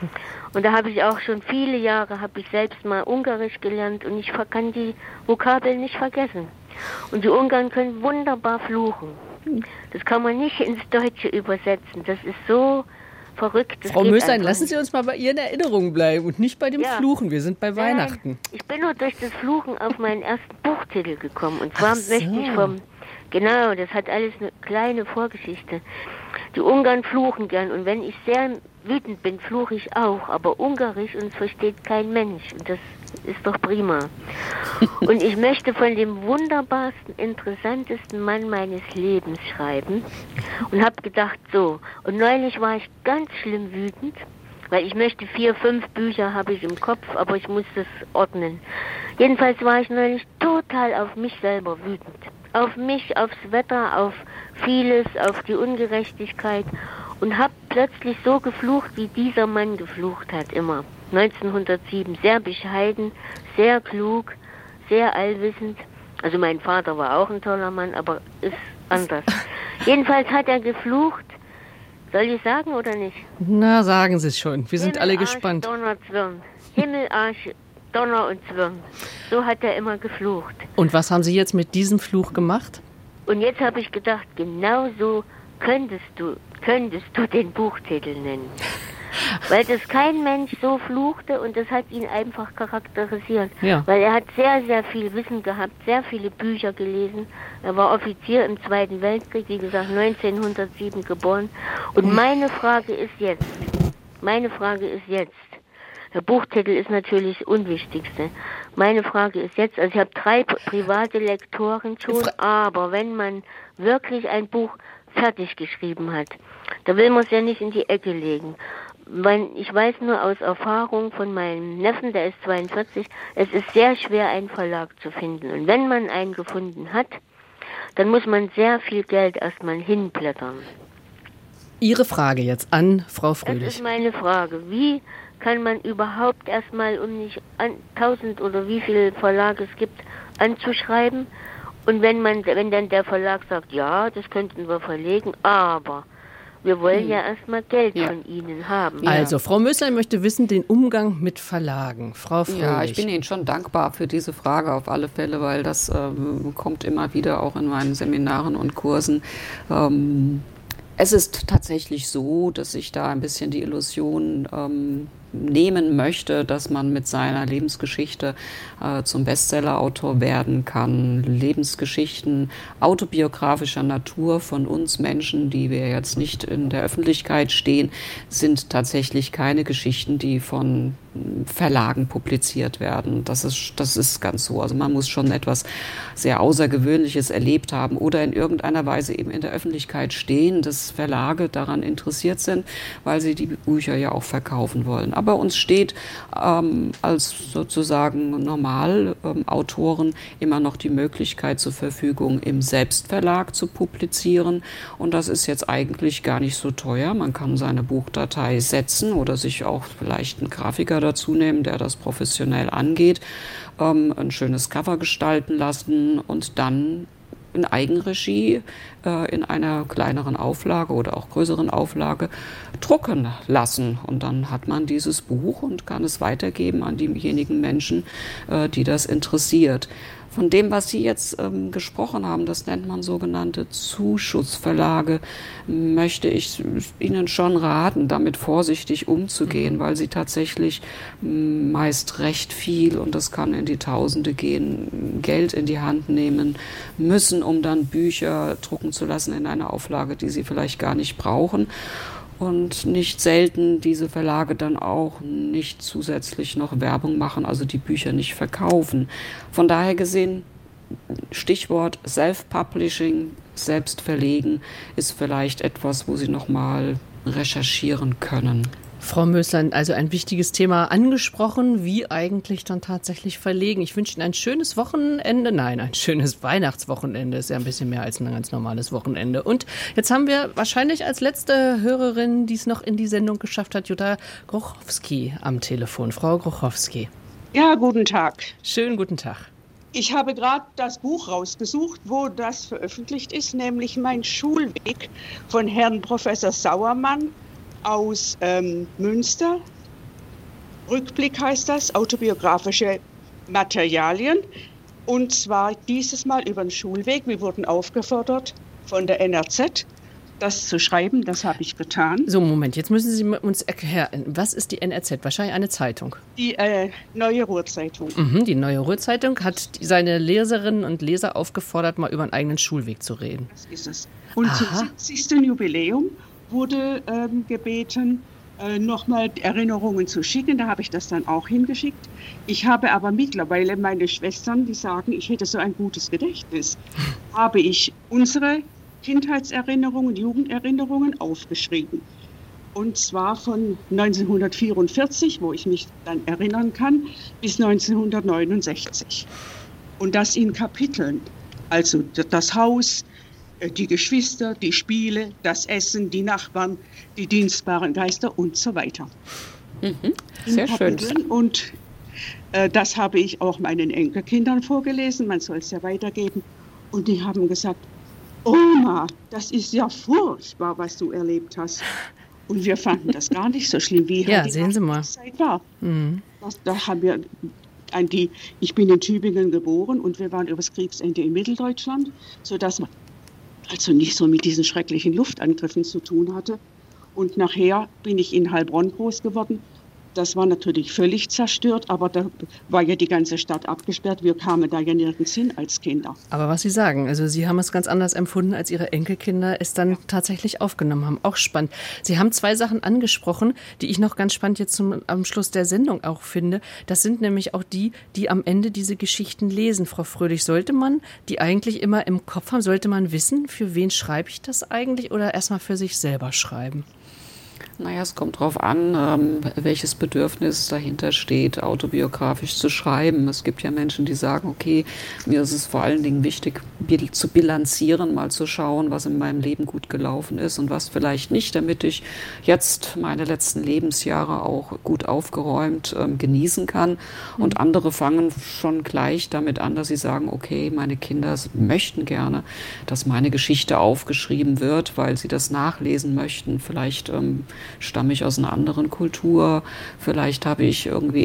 Speaker 12: Und da habe ich auch schon viele Jahre, habe ich selbst mal Ungarisch gelernt und ich kann die Vokabeln nicht vergessen. Und die Ungarn können wunderbar fluchen. Das kann man nicht ins Deutsche übersetzen. Das ist so verrückt. Das
Speaker 2: Frau Möslein, lassen Sie uns mal bei Ihren Erinnerungen bleiben und nicht bei dem
Speaker 12: ja.
Speaker 2: Fluchen. Wir sind bei
Speaker 12: Nein,
Speaker 2: Weihnachten.
Speaker 12: Ich bin nur durch das Fluchen auf meinen ersten Buchtitel gekommen. Und zwar
Speaker 2: so.
Speaker 12: möchte ich vom, genau, das hat alles eine kleine Vorgeschichte. Die Ungarn fluchen gern und wenn ich sehr wütend bin, fluche ich auch. Aber Ungarisch uns versteht kein Mensch. Und das ist doch prima. Und ich möchte von dem wunderbarsten, interessantesten Mann meines Lebens schreiben und habe gedacht, so. Und neulich war ich ganz schlimm wütend, weil ich möchte vier, fünf Bücher habe ich im Kopf, aber ich muss das ordnen. Jedenfalls war ich neulich total auf mich selber wütend. Auf mich, aufs Wetter, auf vieles, auf die Ungerechtigkeit und habe plötzlich so geflucht, wie dieser Mann geflucht hat, immer. neunzehnhundertsieben, sehr bescheiden, sehr klug, sehr allwissend. Also mein Vater war auch ein toller Mann, aber ist anders. Jedenfalls hat er geflucht. Soll ich sagen oder nicht?
Speaker 2: Na, sagen Sie es schon. Wir sind alle gespannt.
Speaker 12: Himmel, Arsch, Donner und Zwirn. So hat er immer geflucht.
Speaker 2: Und was haben Sie jetzt mit diesem Fluch gemacht?
Speaker 12: Und jetzt habe ich gedacht, genau so könntest du, könntest du den Buchtitel nennen. Weil das kein Mensch so fluchte und das hat ihn einfach charakterisiert.
Speaker 2: Ja.
Speaker 12: Weil er hat sehr, sehr viel Wissen gehabt, sehr viele Bücher gelesen. Er war Offizier im Zweiten Weltkrieg, wie gesagt, neunzehnhundertsieben geboren. Und meine Frage ist jetzt, meine Frage ist jetzt, der Buchtitel ist natürlich das Unwichtigste. Meine Frage ist jetzt, also ich habe drei private Lektoren schon, aber wenn man wirklich ein Buch fertig geschrieben hat, da will man es ja nicht in die Ecke legen. Weil ich weiß nur aus Erfahrung von meinem Neffen, der ist zweiundvierzig, es ist sehr schwer, einen Verlag zu finden. Und wenn man einen gefunden hat, dann muss man sehr viel Geld erstmal hinblättern.
Speaker 2: Ihre Frage jetzt an Frau Fröhlich.
Speaker 12: Das ist meine Frage. Wie kann man überhaupt erstmal, um nicht an tausend oder wie viele Verlage es gibt, anzuschreiben? Und wenn man, wenn dann der Verlag sagt, ja, das könnten wir verlegen, aber wir wollen hm. ja erstmal Geld ja. von Ihnen haben.
Speaker 2: Also, Frau Möslein möchte wissen, den Umgang mit Verlagen. Frau Fröhlich.
Speaker 3: Ja, ich bin Ihnen schon dankbar für diese Frage auf alle Fälle, weil das ähm, kommt immer wieder auch in meinen Seminaren und Kursen. Ähm, es ist tatsächlich so, dass ich da ein bisschen die Illusion ähm, nehmen möchte, dass man mit seiner Lebensgeschichte äh, zum Bestsellerautor werden kann. Lebensgeschichten autobiografischer Natur von uns Menschen, die wir jetzt nicht in der Öffentlichkeit stehen, sind tatsächlich keine Geschichten, die von Verlagen publiziert werden. Das ist, das ist ganz so. Also man muss schon etwas sehr Außergewöhnliches erlebt haben oder in irgendeiner Weise eben in der Öffentlichkeit stehen, dass Verlage daran interessiert sind, weil sie die Bücher ja auch verkaufen wollen. Aber uns steht ähm, als sozusagen Normalautoren ähm, immer noch die Möglichkeit zur Verfügung, im Selbstverlag zu publizieren. Und das ist jetzt eigentlich gar nicht so teuer. Man kann seine Buchdatei setzen oder sich auch vielleicht einen Grafiker dazu nehmen, der das professionell angeht, ähm, ein schönes Cover gestalten lassen und dann in Eigenregie äh, in einer kleineren Auflage oder auch größeren Auflage drucken lassen. Und dann hat man dieses Buch und kann es weitergeben an diejenigen Menschen, äh, die das interessiert. Von dem, was Sie jetzt ähm, gesprochen haben, das nennt man sogenannte Zuschussverlage, möchte ich Ihnen schon raten, damit vorsichtig umzugehen, weil sie tatsächlich m, meist recht viel, und das kann in die Tausende gehen, Geld in die Hand nehmen müssen, um dann Bücher drucken zu lassen in einer Auflage, die sie vielleicht gar nicht brauchen. Und nicht selten diese Verlage dann auch nicht zusätzlich noch Werbung machen, also die Bücher nicht verkaufen. Von daher gesehen, Stichwort Self-Publishing, Selbstverlegen, ist vielleicht etwas, wo Sie noch mal recherchieren können.
Speaker 2: Frau Möslein, also ein wichtiges Thema angesprochen, wie eigentlich dann tatsächlich verlegen. Ich wünsche Ihnen ein schönes Wochenende, nein, ein schönes Weihnachtswochenende, ist ja ein bisschen mehr als ein ganz normales Wochenende. Und jetzt haben wir wahrscheinlich als letzte Hörerin, die es noch in die Sendung geschafft hat, Jutta Grochowski am Telefon. Frau Grochowski.
Speaker 13: Ja, guten Tag.
Speaker 2: Schönen guten Tag.
Speaker 13: Ich habe gerade das Buch rausgesucht, wo das veröffentlicht ist, nämlich Mein Schulweg von Herrn Professor Sauermann aus ähm, Münster. Rückblick heißt das, autobiografische Materialien. Und zwar dieses Mal über den Schulweg. Wir wurden aufgefordert von der N R Z, das zu schreiben. Das habe ich getan.
Speaker 2: So, Moment, jetzt müssen Sie uns erklären, was ist die N R Z? Wahrscheinlich eine Zeitung.
Speaker 13: Die äh, Neue Ruhrzeitung.
Speaker 2: Mhm, die Neue Ruhrzeitung hat seine Leserinnen und Leser aufgefordert, mal über einen eigenen Schulweg zu reden.
Speaker 13: Das ist es. Und Aha. zum siebzigsten Jubiläum wurde ähm, gebeten, äh, nochmal Erinnerungen zu schicken. Da habe ich das dann auch hingeschickt. Ich habe aber mittlerweile meine Schwestern, die sagen, ich hätte so ein gutes Gedächtnis, habe ich unsere Kindheitserinnerungen, Jugenderinnerungen aufgeschrieben. Und zwar von neunzehnhundertvierundvierzig, wo ich mich dann erinnern kann, bis neunzehnhundertneunundsechzig. Und das in Kapiteln. Also das Haus, die Geschwister, die Spiele, das Essen, die Nachbarn, die dienstbaren Geister und so weiter.
Speaker 3: Mhm. Sehr schön.
Speaker 13: Und äh, das habe ich auch meinen Enkelkindern vorgelesen. Man soll es ja weitergeben. Und die haben gesagt, Oma, das ist ja furchtbar, was du erlebt hast. Und wir fanden das gar nicht so schlimm, wie
Speaker 2: ja,
Speaker 13: halt
Speaker 2: sehen Sie mal.
Speaker 13: Zeit war.
Speaker 2: Mhm.
Speaker 13: Das, da haben wir ein, die, ich bin in Tübingen geboren und wir waren übers Kriegsende in Mitteldeutschland, sodass man also nicht so mit diesen schrecklichen Luftangriffen zu tun hatte. Und nachher bin ich in Heilbronn groß geworden. Das war natürlich völlig zerstört, aber da war ja die ganze Stadt abgesperrt. Wir kamen da ja nirgends hin als Kinder.
Speaker 2: Aber was Sie sagen, also Sie haben es ganz anders empfunden, als Ihre Enkelkinder es dann tatsächlich aufgenommen haben. Auch spannend. Sie haben zwei Sachen angesprochen, die ich noch ganz spannend jetzt zum, am Schluss der Sendung auch finde. Das sind nämlich auch die, die am Ende diese Geschichten lesen. Frau Fröhlich, sollte man die eigentlich immer im Kopf haben? Sollte man wissen, für wen schreibe ich das eigentlich oder erstmal für sich selber schreiben?
Speaker 3: Naja, es kommt darauf an, ähm, welches Bedürfnis dahinter steht, autobiografisch zu schreiben. Es gibt ja Menschen, die sagen, okay, mir ist es vor allen Dingen wichtig, bil- zu bilanzieren, mal zu schauen, was in meinem Leben gut gelaufen ist und was vielleicht nicht, damit ich jetzt meine letzten Lebensjahre auch gut aufgeräumt ähm, genießen kann. Und andere fangen schon gleich damit an, dass sie sagen, okay, meine Kinder möchten gerne, dass meine Geschichte aufgeschrieben wird, weil sie das nachlesen möchten. Vielleicht ähm, stamme ich aus einer anderen Kultur, vielleicht habe ich irgendwie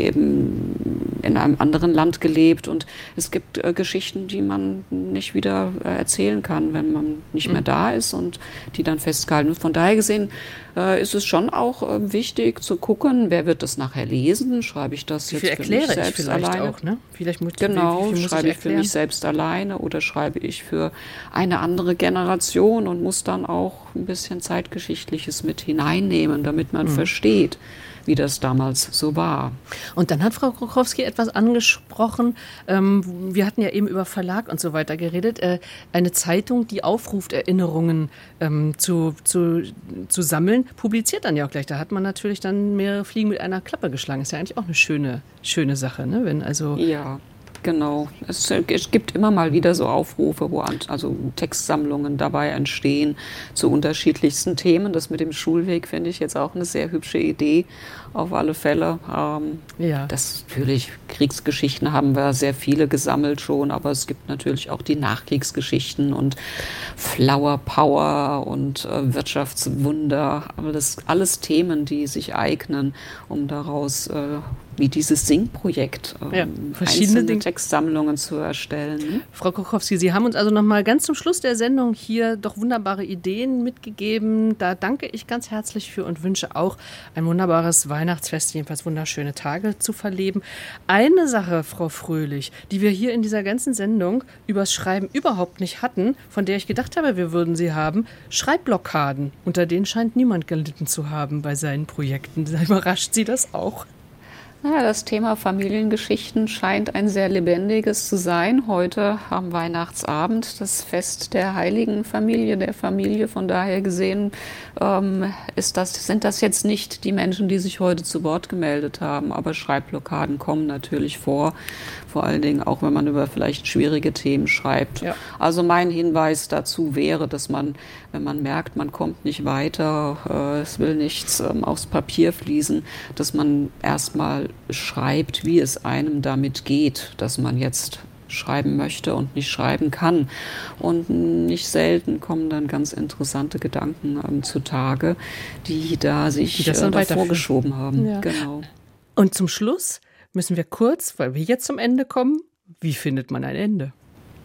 Speaker 3: eben in einem anderen Land gelebt und es gibt äh, Geschichten, die man nicht wieder äh, erzählen kann, wenn man nicht mehr da ist und die dann festgehalten wird. Von daher gesehen äh, ist es schon auch äh, wichtig zu gucken, wer wird das nachher lesen, schreibe ich das jetzt für mich selbst
Speaker 2: ich
Speaker 3: alleine?
Speaker 2: Auch, ne? Vielleicht muss,
Speaker 3: genau,
Speaker 2: wie, wie
Speaker 3: schreibe ich, ich für mich selbst alleine oder schreibe ich für eine andere Generation und muss dann auch ein bisschen Zeitgeschichtliches mit hineinnehmen, damit man mhm. versteht, wie das damals so war.
Speaker 2: Und dann hat Frau Krokowski etwas angesprochen, ähm, wir hatten ja eben über Verlag und so weiter geredet, äh, eine Zeitung, die aufruft, Erinnerungen ähm, zu, zu, zu sammeln, publiziert dann ja auch gleich. Da hat man natürlich dann mehrere Fliegen mit einer Klappe geschlagen. Ist ja eigentlich auch eine schöne, schöne Sache, ne? Wenn also
Speaker 3: ja. Genau. Es, es gibt immer mal wieder so Aufrufe, wo an, also Textsammlungen dabei entstehen zu unterschiedlichsten Themen. Das mit dem Schulweg finde ich jetzt auch eine sehr hübsche Idee, auf alle Fälle. Ähm,
Speaker 2: ja.
Speaker 3: Das natürlich, Kriegsgeschichten haben wir sehr viele gesammelt schon, aber es gibt natürlich auch die Nachkriegsgeschichten und Flower Power und äh, Wirtschaftswunder. Aber das alles Themen, die sich eignen, um daraus äh, wie dieses Sing-Projekt, ähm,
Speaker 2: ja, verschiedene
Speaker 3: einzelne
Speaker 2: Dinge.
Speaker 3: Textsammlungen zu erstellen.
Speaker 2: Frau Krokowski, Sie haben uns also noch mal ganz zum Schluss der Sendung hier doch wunderbare Ideen mitgegeben. Da danke ich ganz herzlich für und wünsche auch ein wunderbares Weihnachtsfest, jedenfalls wunderschöne Tage zu verleben. Eine Sache, Frau Fröhlich, die wir hier in dieser ganzen Sendung übers Schreiben überhaupt nicht hatten, von der ich gedacht habe, wir würden sie haben, Schreibblockaden. Unter denen scheint niemand gelitten zu haben bei seinen Projekten. Überrascht Sie das auch?
Speaker 3: Ja, das Thema Familiengeschichten scheint ein sehr lebendiges zu sein. Heute am Weihnachtsabend das Fest der heiligen Familie, der Familie. Von daher gesehen ähm, ist das, sind das jetzt nicht die Menschen, die sich heute zu Wort gemeldet haben. Aber Schreibblockaden kommen natürlich vor. Vor allen Dingen auch, wenn man über vielleicht schwierige Themen schreibt. Ja. Also mein Hinweis dazu wäre, dass man, wenn man merkt, man kommt nicht weiter, äh, es will nichts ähm, aufs Papier fließen, dass man erstmal schreibt, wie es einem damit geht, dass man jetzt schreiben möchte und nicht schreiben kann. Und nicht selten kommen dann ganz interessante Gedanken ähm, zutage, die da sich
Speaker 2: die das dann
Speaker 3: äh, davor geschoben haben.
Speaker 2: Ja.
Speaker 3: Genau.
Speaker 2: Und zum Schluss müssen wir kurz, weil wir jetzt zum Ende kommen, wie findet man ein Ende?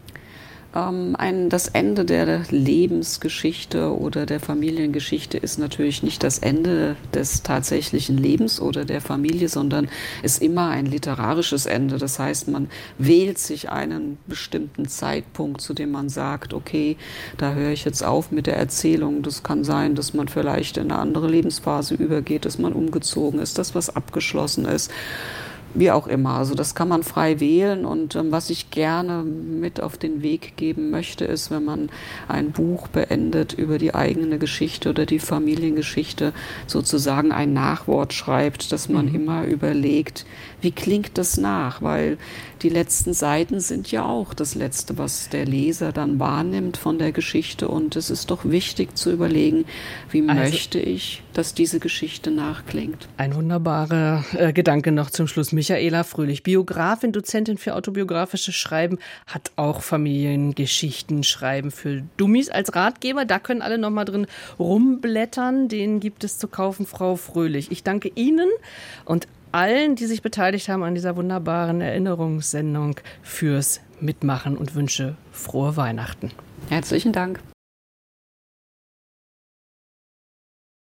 Speaker 3: Ähm, ein, das Ende der Lebensgeschichte oder der Familiengeschichte ist natürlich nicht das Ende des tatsächlichen Lebens oder der Familie, sondern ist immer ein literarisches Ende. Das heißt, man wählt sich einen bestimmten Zeitpunkt, zu dem man sagt, okay, da höre ich jetzt auf mit der Erzählung. Das kann sein, dass man vielleicht in eine andere Lebensphase übergeht, dass man umgezogen ist, dass was abgeschlossen ist. Wie auch immer, also das kann man frei wählen und ähm, was ich gerne mit auf den Weg geben möchte, ist, wenn man ein Buch beendet über die eigene Geschichte oder die Familiengeschichte, sozusagen ein Nachwort schreibt, dass man mhm. immer überlegt, wie klingt das nach, weil die letzten Seiten sind ja auch das Letzte, was der Leser dann wahrnimmt von der Geschichte und es ist doch wichtig zu überlegen, wie also, möchte ich, dass diese Geschichte nachklingt.
Speaker 2: Ein wunderbarer äh, Gedanke noch zum Schluss. Michaela Fröhlich, Biografin, Dozentin für autobiografisches Schreiben, hat auch Familiengeschichten schreiben für Dummies als Ratgeber. Da können alle noch mal drin rumblättern. Den gibt es zu kaufen, Frau Fröhlich. Ich danke Ihnen und allen, die sich beteiligt haben an dieser wunderbaren Erinnerungssendung, fürs Mitmachen und wünsche frohe Weihnachten.
Speaker 3: Herzlichen Dank.